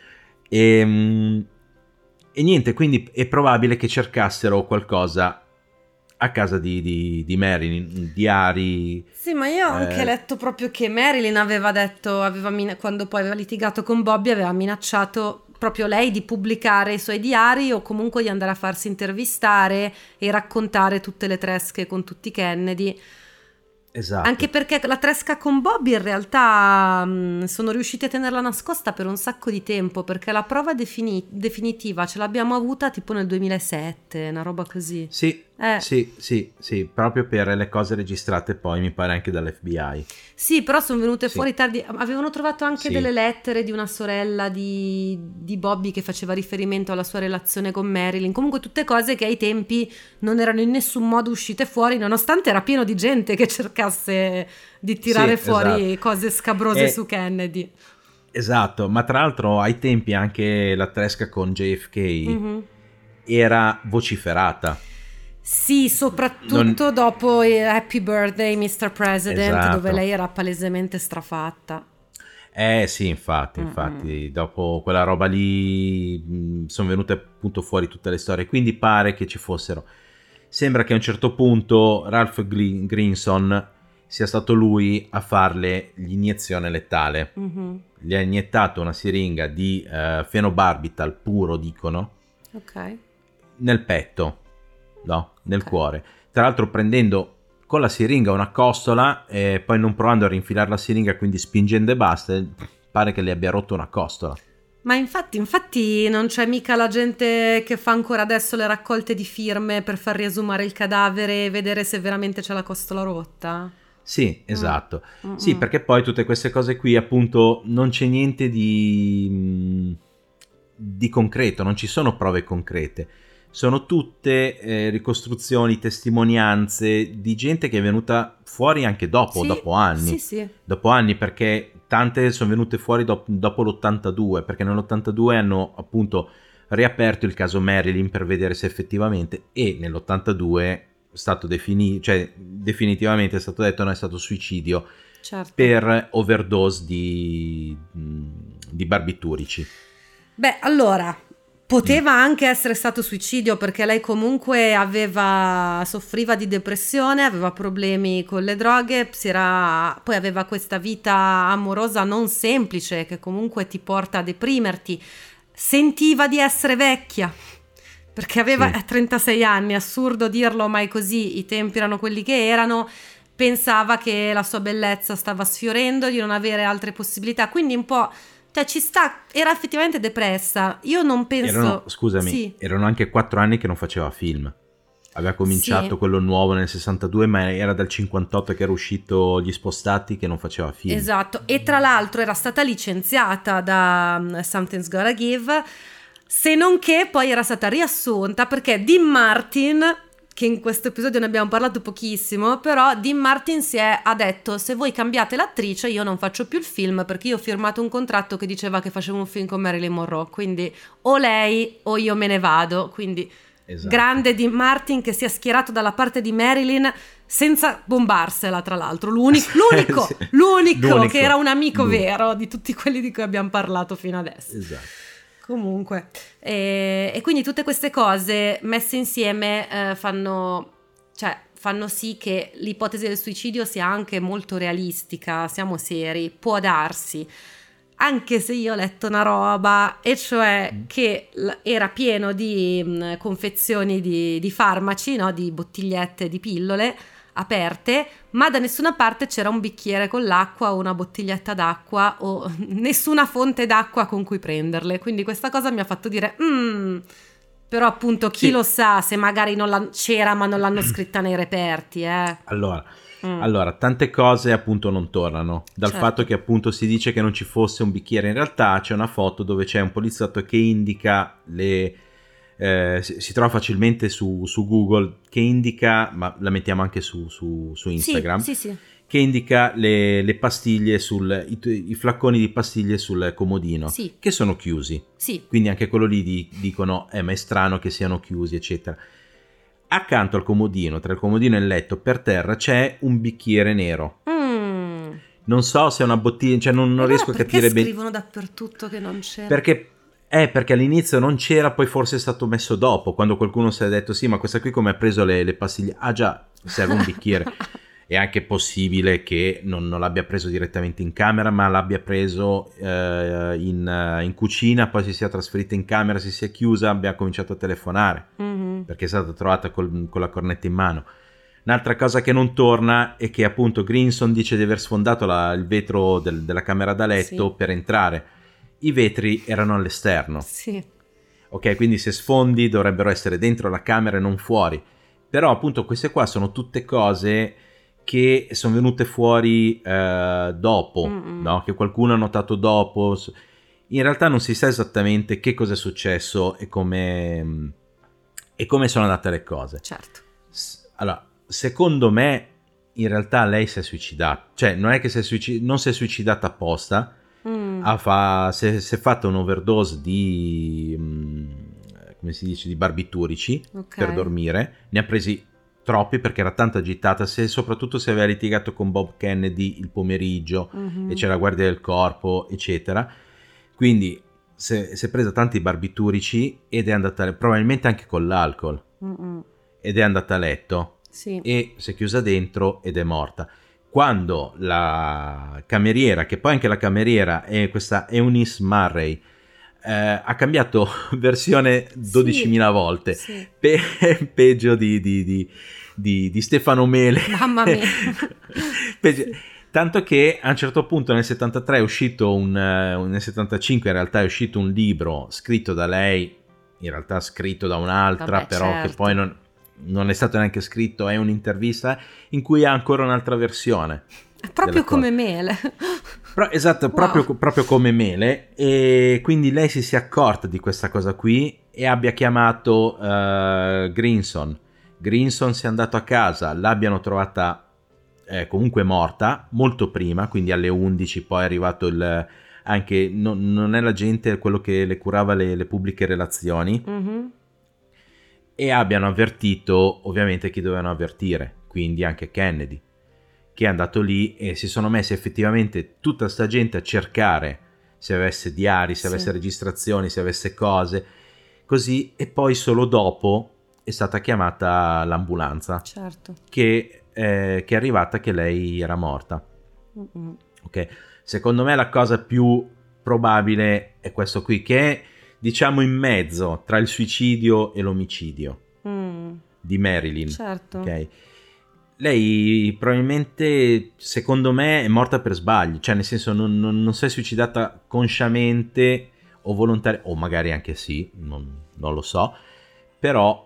E, e niente, quindi è probabile che cercassero qualcosa a casa di, di, di Marilyn, diari. Sì, ma io ho eh... anche letto proprio che Marilyn aveva detto, aveva min- quando poi aveva litigato con Bobby, aveva minacciato proprio lei di pubblicare i suoi diari o comunque di andare a farsi intervistare e raccontare tutte le tresche con tutti i Kennedy. Esatto. Anche perché la tresca con Bobby in realtà mh, sono riusciti a tenerla nascosta per un sacco di tempo, perché la prova defini- definitiva ce l'abbiamo avuta tipo nel duemilasette, una roba così. Sì, eh. sì, sì, sì, proprio per le cose registrate poi mi pare anche dall'F B I. Sì, però sono venute sì. fuori tardi, avevano trovato anche sì. delle lettere di una sorella di, di Bobby che faceva riferimento alla sua relazione con Marilyn, comunque tutte cose che ai tempi non erano in nessun modo uscite fuori, nonostante era pieno di gente che cercasse di tirare sì, fuori esatto. cose scabrose e... su Kennedy. Esatto, ma tra l'altro ai tempi anche la tresca con J F K mm-hmm. era vociferata. Sì, soprattutto non... dopo Happy Birthday mister President, esatto. dove lei era palesemente strafatta. Eh sì, infatti, infatti, mm-hmm. dopo quella roba lì mh, sono venute appunto fuori tutte le storie, quindi pare che ci fossero. Sembra che a un certo punto Ralph Greenson sia stato lui a farle l'iniezione letale. Mm-hmm. Gli ha iniettato una siringa di uh, fenobarbital puro, dicono, ok, nel petto. No, nel okay. cuore. Tra l'altro prendendo con la siringa una costola e poi non provando a rinfilare la siringa, quindi spingendo e basta, pare che le abbia rotto una costola. Ma infatti, infatti non c'è mica la gente che fa ancora adesso le raccolte di firme per far riesumare il cadavere e vedere se veramente c'è la costola rotta? Sì, esatto. Mm. Sì, perché poi tutte queste cose qui appunto non c'è niente di, di concreto, non ci sono prove concrete. Sono tutte eh, ricostruzioni, testimonianze di gente che è venuta fuori anche dopo, sì, dopo anni. Sì, sì. Dopo anni, perché tante sono venute fuori do- dopo l'ottantadue, perché nell'ottantadue hanno appunto riaperto il caso Marilyn per vedere se effettivamente, e nell'ottantadue è stato definito, cioè definitivamente è stato detto no, è stato suicidio, certo. per overdose di, di barbiturici. Beh, allora... Poteva anche essere stato suicidio, perché lei comunque aveva soffriva di depressione, aveva problemi con le droghe, si era, poi aveva questa vita amorosa non semplice che comunque ti porta a deprimerti. Sentiva di essere vecchia, perché aveva sì. trentasei anni, assurdo dirlo, ma è così, i tempi erano quelli che erano. Pensava che la sua bellezza stava sfiorendo, di non avere altre possibilità, quindi un po'... Cioè ci sta, era effettivamente depressa. Io non penso... Erano, scusami, sì. erano anche quattro anni che non faceva film. Aveva cominciato sì. quello nuovo nel sessantadue, ma era dal cinquantotto che era uscito Gli Spostati che non faceva film. Esatto, e tra l'altro era stata licenziata da Something's Gotta Give, se non che poi era stata riassunta perché Dean Martin, che in questo episodio ne abbiamo parlato pochissimo, però Dean Martin si è, ha detto: se voi cambiate l'attrice io non faccio più il film, perché io ho firmato un contratto che diceva che facevo un film con Marilyn Monroe, quindi o lei o io me ne vado. Quindi esatto. Grande Dean Martin, che si è schierato dalla parte di Marilyn senza bombarsela, tra l'altro l'unico, l'unico, sì. l'unico, l'unico che era un amico l'unico. vero di tutti quelli di cui abbiamo parlato fino adesso. Esatto. Comunque, e, e quindi tutte queste cose messe insieme eh, fanno, cioè, fanno sì che l'ipotesi del suicidio sia anche molto realistica, siamo seri, può darsi. Anche se io ho letto una roba, e cioè mm. che l- era pieno di mh, confezioni di, di farmaci, no? Di bottigliette di pillole aperte, ma da nessuna parte c'era un bicchiere con l'acqua o una bottiglietta d'acqua o nessuna fonte d'acqua con cui prenderle. Quindi questa cosa mi ha fatto dire mm, però appunto chi sì. lo sa se magari non la- c'era ma non l'hanno scritta nei reperti, eh. Allora Mm. Allora, tante cose appunto non tornano dal certo. fatto che appunto si dice che non ci fosse un bicchiere. In realtà c'è una foto dove c'è un poliziotto che indica le eh, si, si trova facilmente su, su Google, che indica, ma la mettiamo anche su, su, su Instagram, sì, sì, sì. che indica le, le pastiglie sul i, i flacconi di pastiglie sul comodino sì. che sono chiusi, sì. quindi anche quello lì di, dicono eh ma è strano che siano chiusi, eccetera. Accanto al comodino, tra il comodino e il letto, per terra c'è un bicchiere nero. Mm. Non so se è una bottiglia, cioè non, non allora riesco a capire bene. Perché scrivono dappertutto che non c'era? Perché, eh, perché all'inizio non c'era, poi forse è stato messo dopo, quando qualcuno si è detto sì, ma questa qui come ha preso le, le pastiglie? Ah già, serve un bicchiere. È anche possibile che non, non l'abbia preso direttamente in camera, ma l'abbia preso eh, in, in cucina, poi si sia trasferita in camera, si sia chiusa, abbia cominciato a telefonare, mm-hmm. perché è stata trovata col, con la cornetta in mano. Un'altra cosa che non torna è che appunto Grinson dice di aver sfondato la, il vetro del, della camera da letto sì. per entrare. I vetri erano all'esterno. Sì. Ok, quindi se sfondi dovrebbero essere dentro la camera e non fuori. Però appunto queste qua sono tutte cose che sono venute fuori eh, dopo, Mm-mm. no? Che qualcuno ha notato dopo. In realtà non si sa esattamente che cosa è successo e come, e come sono andate le cose. Certo. Allora, secondo me in realtà lei si è suicidata, cioè non è che si è suicid- non si è suicidata apposta, mm. ha fa- si, è, si è fatta un'overdose di, mh, come si dice, di barbiturici okay. per dormire, ne ha presi troppi perché era tanto agitata, se, soprattutto se aveva litigato con Bob Kennedy il pomeriggio mm-hmm. e c'era la guardia del corpo eccetera, quindi si è presa tanti barbiturici ed è andata probabilmente anche con l'alcol Mm-mm. ed è andata a letto sì. e si è chiusa dentro ed è morta. Quando la cameriera, che poi anche la cameriera è questa Eunice Murray, eh, ha cambiato versione dodicimila sì, volte sì. Pe- peggio di, di, di, di, di Stefano Mele, mamma mia. peggio, sì. Tanto che a un certo punto nel settantatré è uscito un uh, nel settantacinque in realtà è uscito un libro scritto da lei, in realtà scritto da un'altra, Vabbè, però certo. che poi non, non è stato neanche scritto, è un'intervista in cui ha ancora un'altra versione. Proprio come Mele. Pro, esatto, wow. proprio, proprio come Mele, e quindi lei si sia accorta di questa cosa qui e abbia chiamato uh, Grinson. Grinson si è andato a casa, l'abbiano trovata eh, comunque morta molto prima, quindi alle undici, poi è arrivato il anche no, non è l'agente quello che le curava le, le pubbliche relazioni mm-hmm. e abbiano avvertito ovviamente chi dovevano avvertire, quindi anche Kennedy, che è andato lì e si sono messi effettivamente tutta sta gente a cercare se avesse diari, se sì. avesse registrazioni, se avesse cose così, e poi solo dopo è stata chiamata l'ambulanza certo. che, eh, che è arrivata che lei era morta. Mm-mm. Ok, secondo me la cosa più probabile è questo qui, che è diciamo in mezzo tra il suicidio e l'omicidio mm. di Marilyn. Certo. Ok, lei probabilmente, secondo me, è morta per sbaglio, cioè nel senso non, non, non si è suicidata consciamente o volontaria, o magari anche sì, non, non lo so, però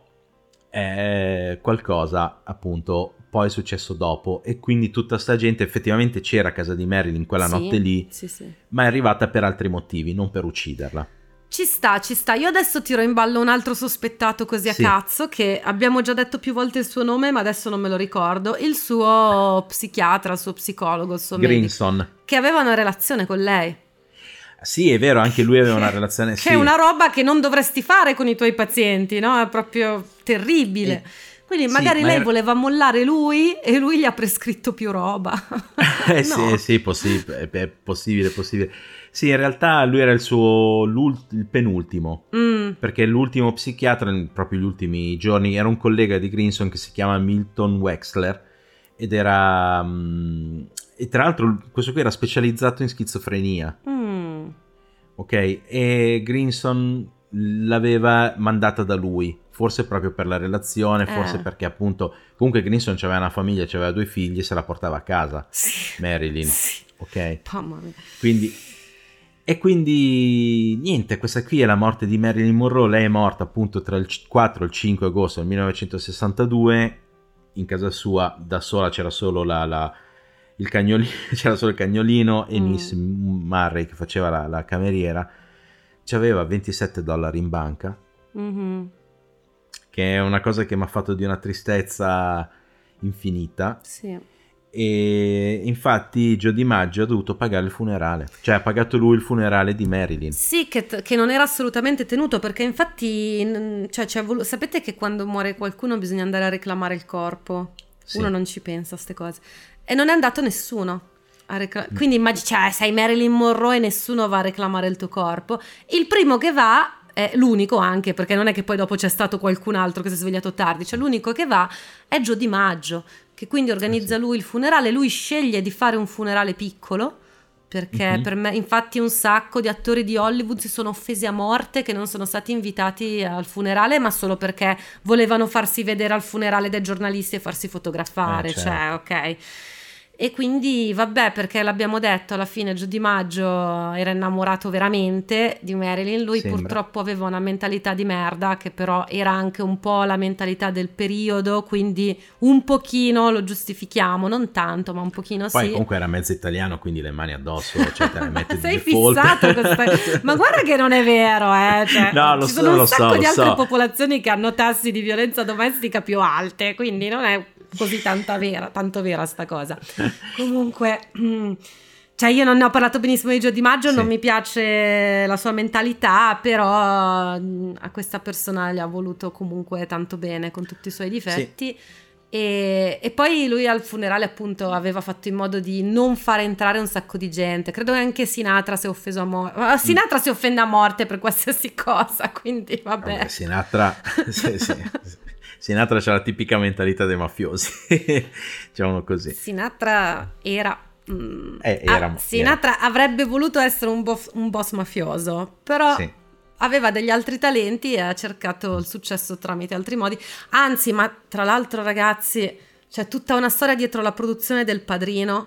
è qualcosa appunto poi è successo dopo e quindi tutta sta gente effettivamente c'era a casa di Marilyn quella sì, notte lì, sì, sì. ma è arrivata per altri motivi, non per ucciderla. Ci sta, ci sta. Io adesso tiro in ballo un altro sospettato così a Sì. cazzo, che abbiamo già detto più volte il suo nome, ma adesso non me lo ricordo. Il suo psichiatra, il suo psicologo, il suo medico, Grinson. che aveva una relazione con lei. Sì, è vero, anche lui aveva una relazione... Che sì. è una roba che non dovresti fare con i tuoi pazienti, no? È proprio terribile. Eh, Quindi sì, magari ma lei era- voleva mollare lui e lui gli ha prescritto più roba. Eh sì, No. eh sì, possi- è, è possibile, è possibile. Sì, in realtà lui era il suo l'ult- il penultimo, Mm, perché l'ultimo psichiatra, in- proprio gli ultimi giorni, era un collega di Grinson che si chiama Milton Wexler ed era... mm, e tra l'altro questo qui era specializzato in schizofrenia, mm. ok? E Grinson l'aveva mandata da lui, forse proprio per la relazione, forse Eh. perché appunto comunque Grinson aveva una famiglia, aveva due figli e se la portava a casa, Sì. Marilyn, Sì. ok? Mamma mia. Quindi, e quindi niente, questa qui è la morte di Marilyn Monroe. Lei è morta appunto tra il quattro e il cinque agosto del millenovecentosessantadue. In casa sua da sola c'era solo la, la- il cagnolino, c'era solo il cagnolino e Mm. Miss Murray che faceva la, la cameriera. C'aveva ventisette dollari in banca, Mhm. che è una cosa che mi ha fatto di una tristezza infinita. Sì. E infatti Joe DiMaggio ha dovuto pagare il funerale, cioè ha pagato lui il funerale di Marilyn. Sì, che, t- che non era assolutamente tenuto, perché infatti, n- cioè, c'è volu- sapete che quando muore qualcuno bisogna andare a reclamare il corpo? Sì. Uno non ci pensa a ste cose. E non è andato nessuno a recla- Quindi immagini, cioè, sei Marilyn Monroe e nessuno va a reclamare il tuo corpo. Il primo che va, è l'unico anche, perché non è che poi dopo c'è stato qualcun altro che si è svegliato tardi, cioè l'unico che va è Joe DiMaggio, che quindi organizza Eh sì. lui il funerale. Lui sceglie di fare un funerale piccolo, perché Mhm. per me, infatti, un sacco di attori di Hollywood si sono offesi a morte che non sono stati invitati al funerale, ma solo perché volevano farsi vedere al funerale dai giornalisti e farsi fotografare, Eh, certo. cioè, ok. E quindi, vabbè, perché l'abbiamo detto, alla fine Joe DiMaggio era innamorato veramente di Marilyn. Lui Sembra. purtroppo aveva una mentalità di merda, che però era anche un po' la mentalità del periodo, quindi un pochino lo giustifichiamo, non tanto, ma un pochino Poi sì. comunque era mezzo italiano, quindi le mani addosso, cioè te le metti di Sei default. fissato con sta- Ma guarda che non è vero, eh. Cioè, No, lo ci so, sono un lo sacco so, di lo altre so. popolazioni che hanno tassi di violenza domestica più alte, quindi non è così tanta vera, tanto vera sta cosa. Comunque, mm, cioè io non ne ho parlato benissimo di Joe DiMaggio, Sì. non mi piace la sua mentalità, però mm, a questa persona gli ha voluto comunque tanto bene con tutti i suoi difetti. E, e poi lui al funerale appunto aveva fatto in modo di non fare entrare un sacco di gente. Credo che anche Sinatra si è offeso a morte. Sinatra si offende a morte per qualsiasi cosa, quindi vabbè. Vabbè, Sinatra, sì, sì. Sinatra c'ha la tipica mentalità dei mafiosi, diciamo così. Sinatra era... mm, Eh, era- ah, Sinatra avrebbe voluto essere un, bof- un boss mafioso, però... Sì. Aveva degli altri talenti e ha cercato il successo tramite altri modi. Anzi, ma tra l'altro, ragazzi, c'è tutta una storia dietro la produzione del Padrino.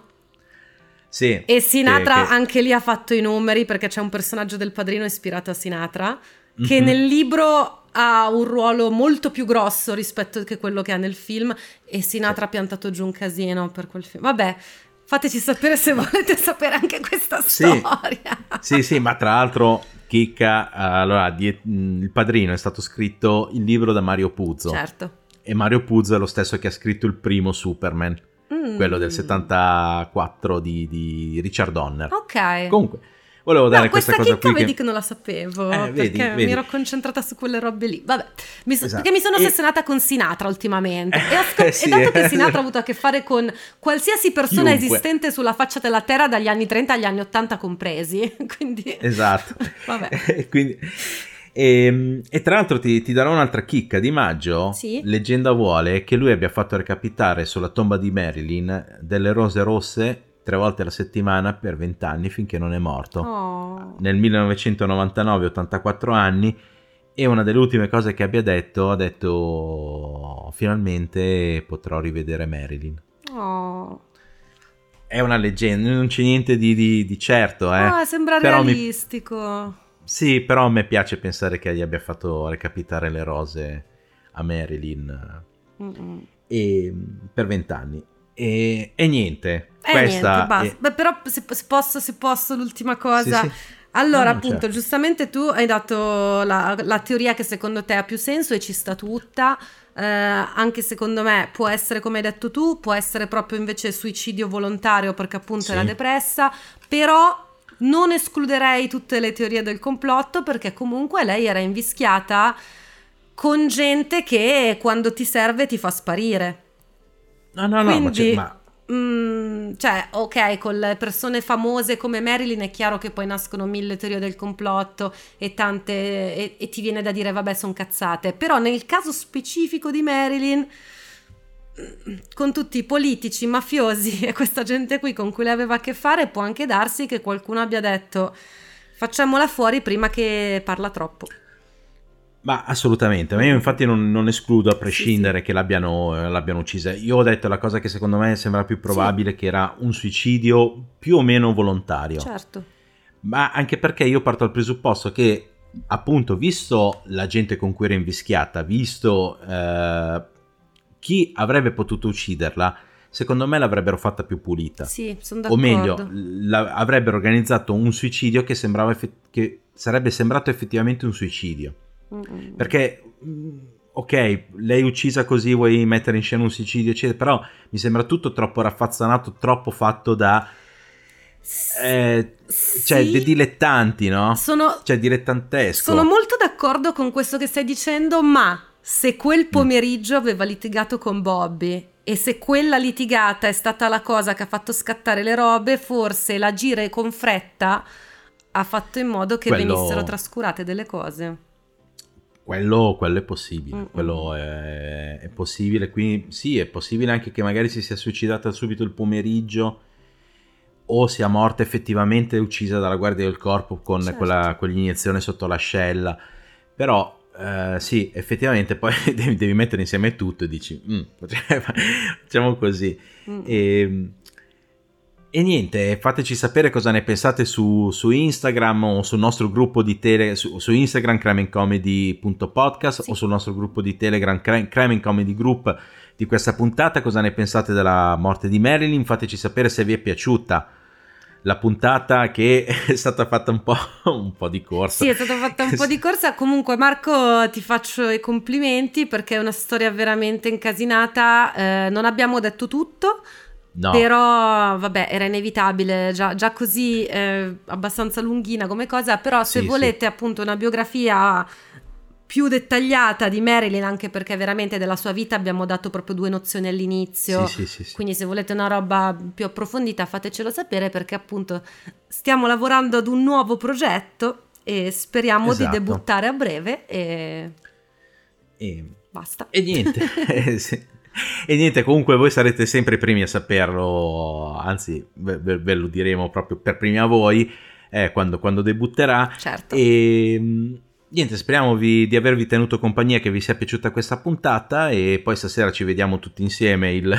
Sì, E Sinatra che- che- anche lì ha fatto i numeri, perché c'è un personaggio del Padrino ispirato a Sinatra, che Mhm. nel libro ha un ruolo molto più grosso rispetto che quello che ha nel film, e Sinatra ha piantato giù un casino per quel film. Vabbè, fateci sapere se volete sapere anche questa Sì. storia. Sì, sì, ma tra l'altro, chicca, allora, die- mh, Il Padrino è stato scritto il libro da Mario Puzo. Certo. E Mario Puzo è lo stesso che ha scritto il primo Superman, Mm. quello del settantaquattro di, di Richard Donner. Ok. Comunque, volevo dare No, questa, questa cosa chicca qui vedi che... che non la sapevo, Eh, vedi, perché vedi. mi ero concentrata su quelle robe lì. Vabbè, mi so- Esatto. perché mi sono E- ossessionata con Sinatra ultimamente. E, ho scop- Eh, e sì, dato eh. che Sinatra ha avuto a che fare con qualsiasi persona Chiunque. esistente sulla faccia della terra dagli anni trenta agli anni ottanta compresi, quindi... Esatto. Vabbè. E quindi... E, e tra l'altro ti, ti darò un'altra chicca di Maggio. Sì. Leggenda vuole che lui abbia fatto recapitare sulla tomba di Marilyn delle rose rosse tre volte alla settimana per vent'anni finché non è morto. Oh. Nel millenovecentonovantanove, ottantaquattro anni, e una delle ultime cose che abbia detto, ha detto finalmente potrò rivedere Marilyn. Oh. È una leggenda, non c'è niente di, di- di certo, eh. Ah, sembra Però mi- realistico. Sì, però a me piace pensare che gli abbia fatto recapitare le rose a Marilyn Mm-mm. e, per vent'anni. E, e niente, Eh, questa niente, basta. è- Beh, però se, se posso, se posso, l'ultima cosa. Sì, sì. Allora, Mm, appunto, certo. giustamente tu hai dato la, la teoria che secondo te ha più senso e ci sta tutta. Eh, anche secondo me può essere come hai detto tu, può essere proprio invece suicidio volontario perché appunto era Sì. depressa, però non escluderei tutte le teorie del complotto perché comunque lei era invischiata con gente che quando ti serve ti fa sparire. No, no, no, ma, c'è- Quindi, ma mm, cioè, ok, con le persone famose come Marilyn è chiaro che poi nascono mille teorie del complotto e tante, e, e ti viene da dire, vabbè, sono cazzate. Però nel caso specifico di Marilyn, mm, con tutti i politici, i mafiosi e questa gente qui con cui lei aveva a che fare, può anche darsi che qualcuno abbia detto, facciamola fuori prima che parla troppo. Ma assolutamente, ma io infatti non, non escludo a prescindere Sì, sì. che l'abbiano, eh, l'abbiano uccisa. Io ho detto la cosa che secondo me sembra più probabile, che era un suicidio più o meno volontario. Certo. Ma anche perché io parto dal presupposto che, appunto, visto la gente con cui era invischiata, visto eh, chi avrebbe potuto ucciderla, secondo me l'avrebbero fatta più pulita. Sì, sono O meglio, d'accordo. la- avrebbero organizzato un suicidio che, sembrava effe- che sarebbe sembrato effettivamente un suicidio. Mm-mm. Perché, mh, ok, lei uccisa così, vuoi mettere in scena un suicidio, eccetera, però mi sembra tutto troppo raffazzanato, troppo fatto da... eh, cioè, dei Sì, dilettanti, no? sono, Cioè, dilettantesco. sono molto d'accordo con questo che stai dicendo, ma se quel Mm. pomeriggio aveva litigato con Bobby e se quella litigata è stata la cosa che ha fatto scattare le robe, forse l'agire con fretta ha fatto in modo che Quello- venissero trascurate delle cose. Quello, quello è possibile, Mm-mm. quello è, è possibile, quindi sì, è possibile anche che magari si sia suicidata subito il pomeriggio o sia morta effettivamente uccisa dalla guardia del corpo con Certo. quella, quell'iniezione sotto l'ascella, però eh, sì, effettivamente poi devi, devi mettere insieme tutto e dici, "Mm, facciamo così." Mm-mm. E, e niente, fateci sapere cosa ne pensate su, su Instagram o sul nostro gruppo di tele, su, su Instagram crimeandcomedy punto podcast Sì. o sul nostro gruppo di Telegram Crime Crime and Comedy Group di questa puntata, cosa ne pensate della morte di Marilyn. Fateci sapere se vi è piaciuta la puntata, che è stata fatta un po', un po' di corsa. Sì, è stata fatta un po' di corsa. Comunque, Marco, ti faccio i complimenti perché è una storia veramente incasinata. Eh, non abbiamo detto tutto, No, però vabbè, era inevitabile, già, già così eh, abbastanza lunghina come cosa. Però se Sì, volete appunto una biografia più dettagliata di Marilyn, anche perché veramente della sua vita abbiamo dato proprio due nozioni all'inizio. sì, sì, sì, sì. Quindi se volete una roba più approfondita fatecelo sapere perché appunto stiamo lavorando ad un nuovo progetto e speriamo Esatto. di debuttare a breve e E, basta. e niente, eh, sì. E niente, comunque voi sarete sempre i primi a saperlo, anzi ve, ve- ve lo diremo proprio per primi a voi eh, quando, quando debutterà. Certo. E mh, niente, speriamo vi- di avervi tenuto compagnia, che vi sia piaciuta questa puntata, e poi stasera ci vediamo tutti insieme il,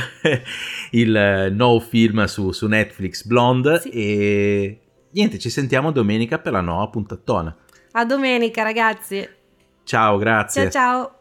il nuovo film su, su Netflix, Blonde. Sì. E niente, ci sentiamo domenica per la nuova puntatona. A domenica ragazzi. Ciao, grazie. Ciao ciao.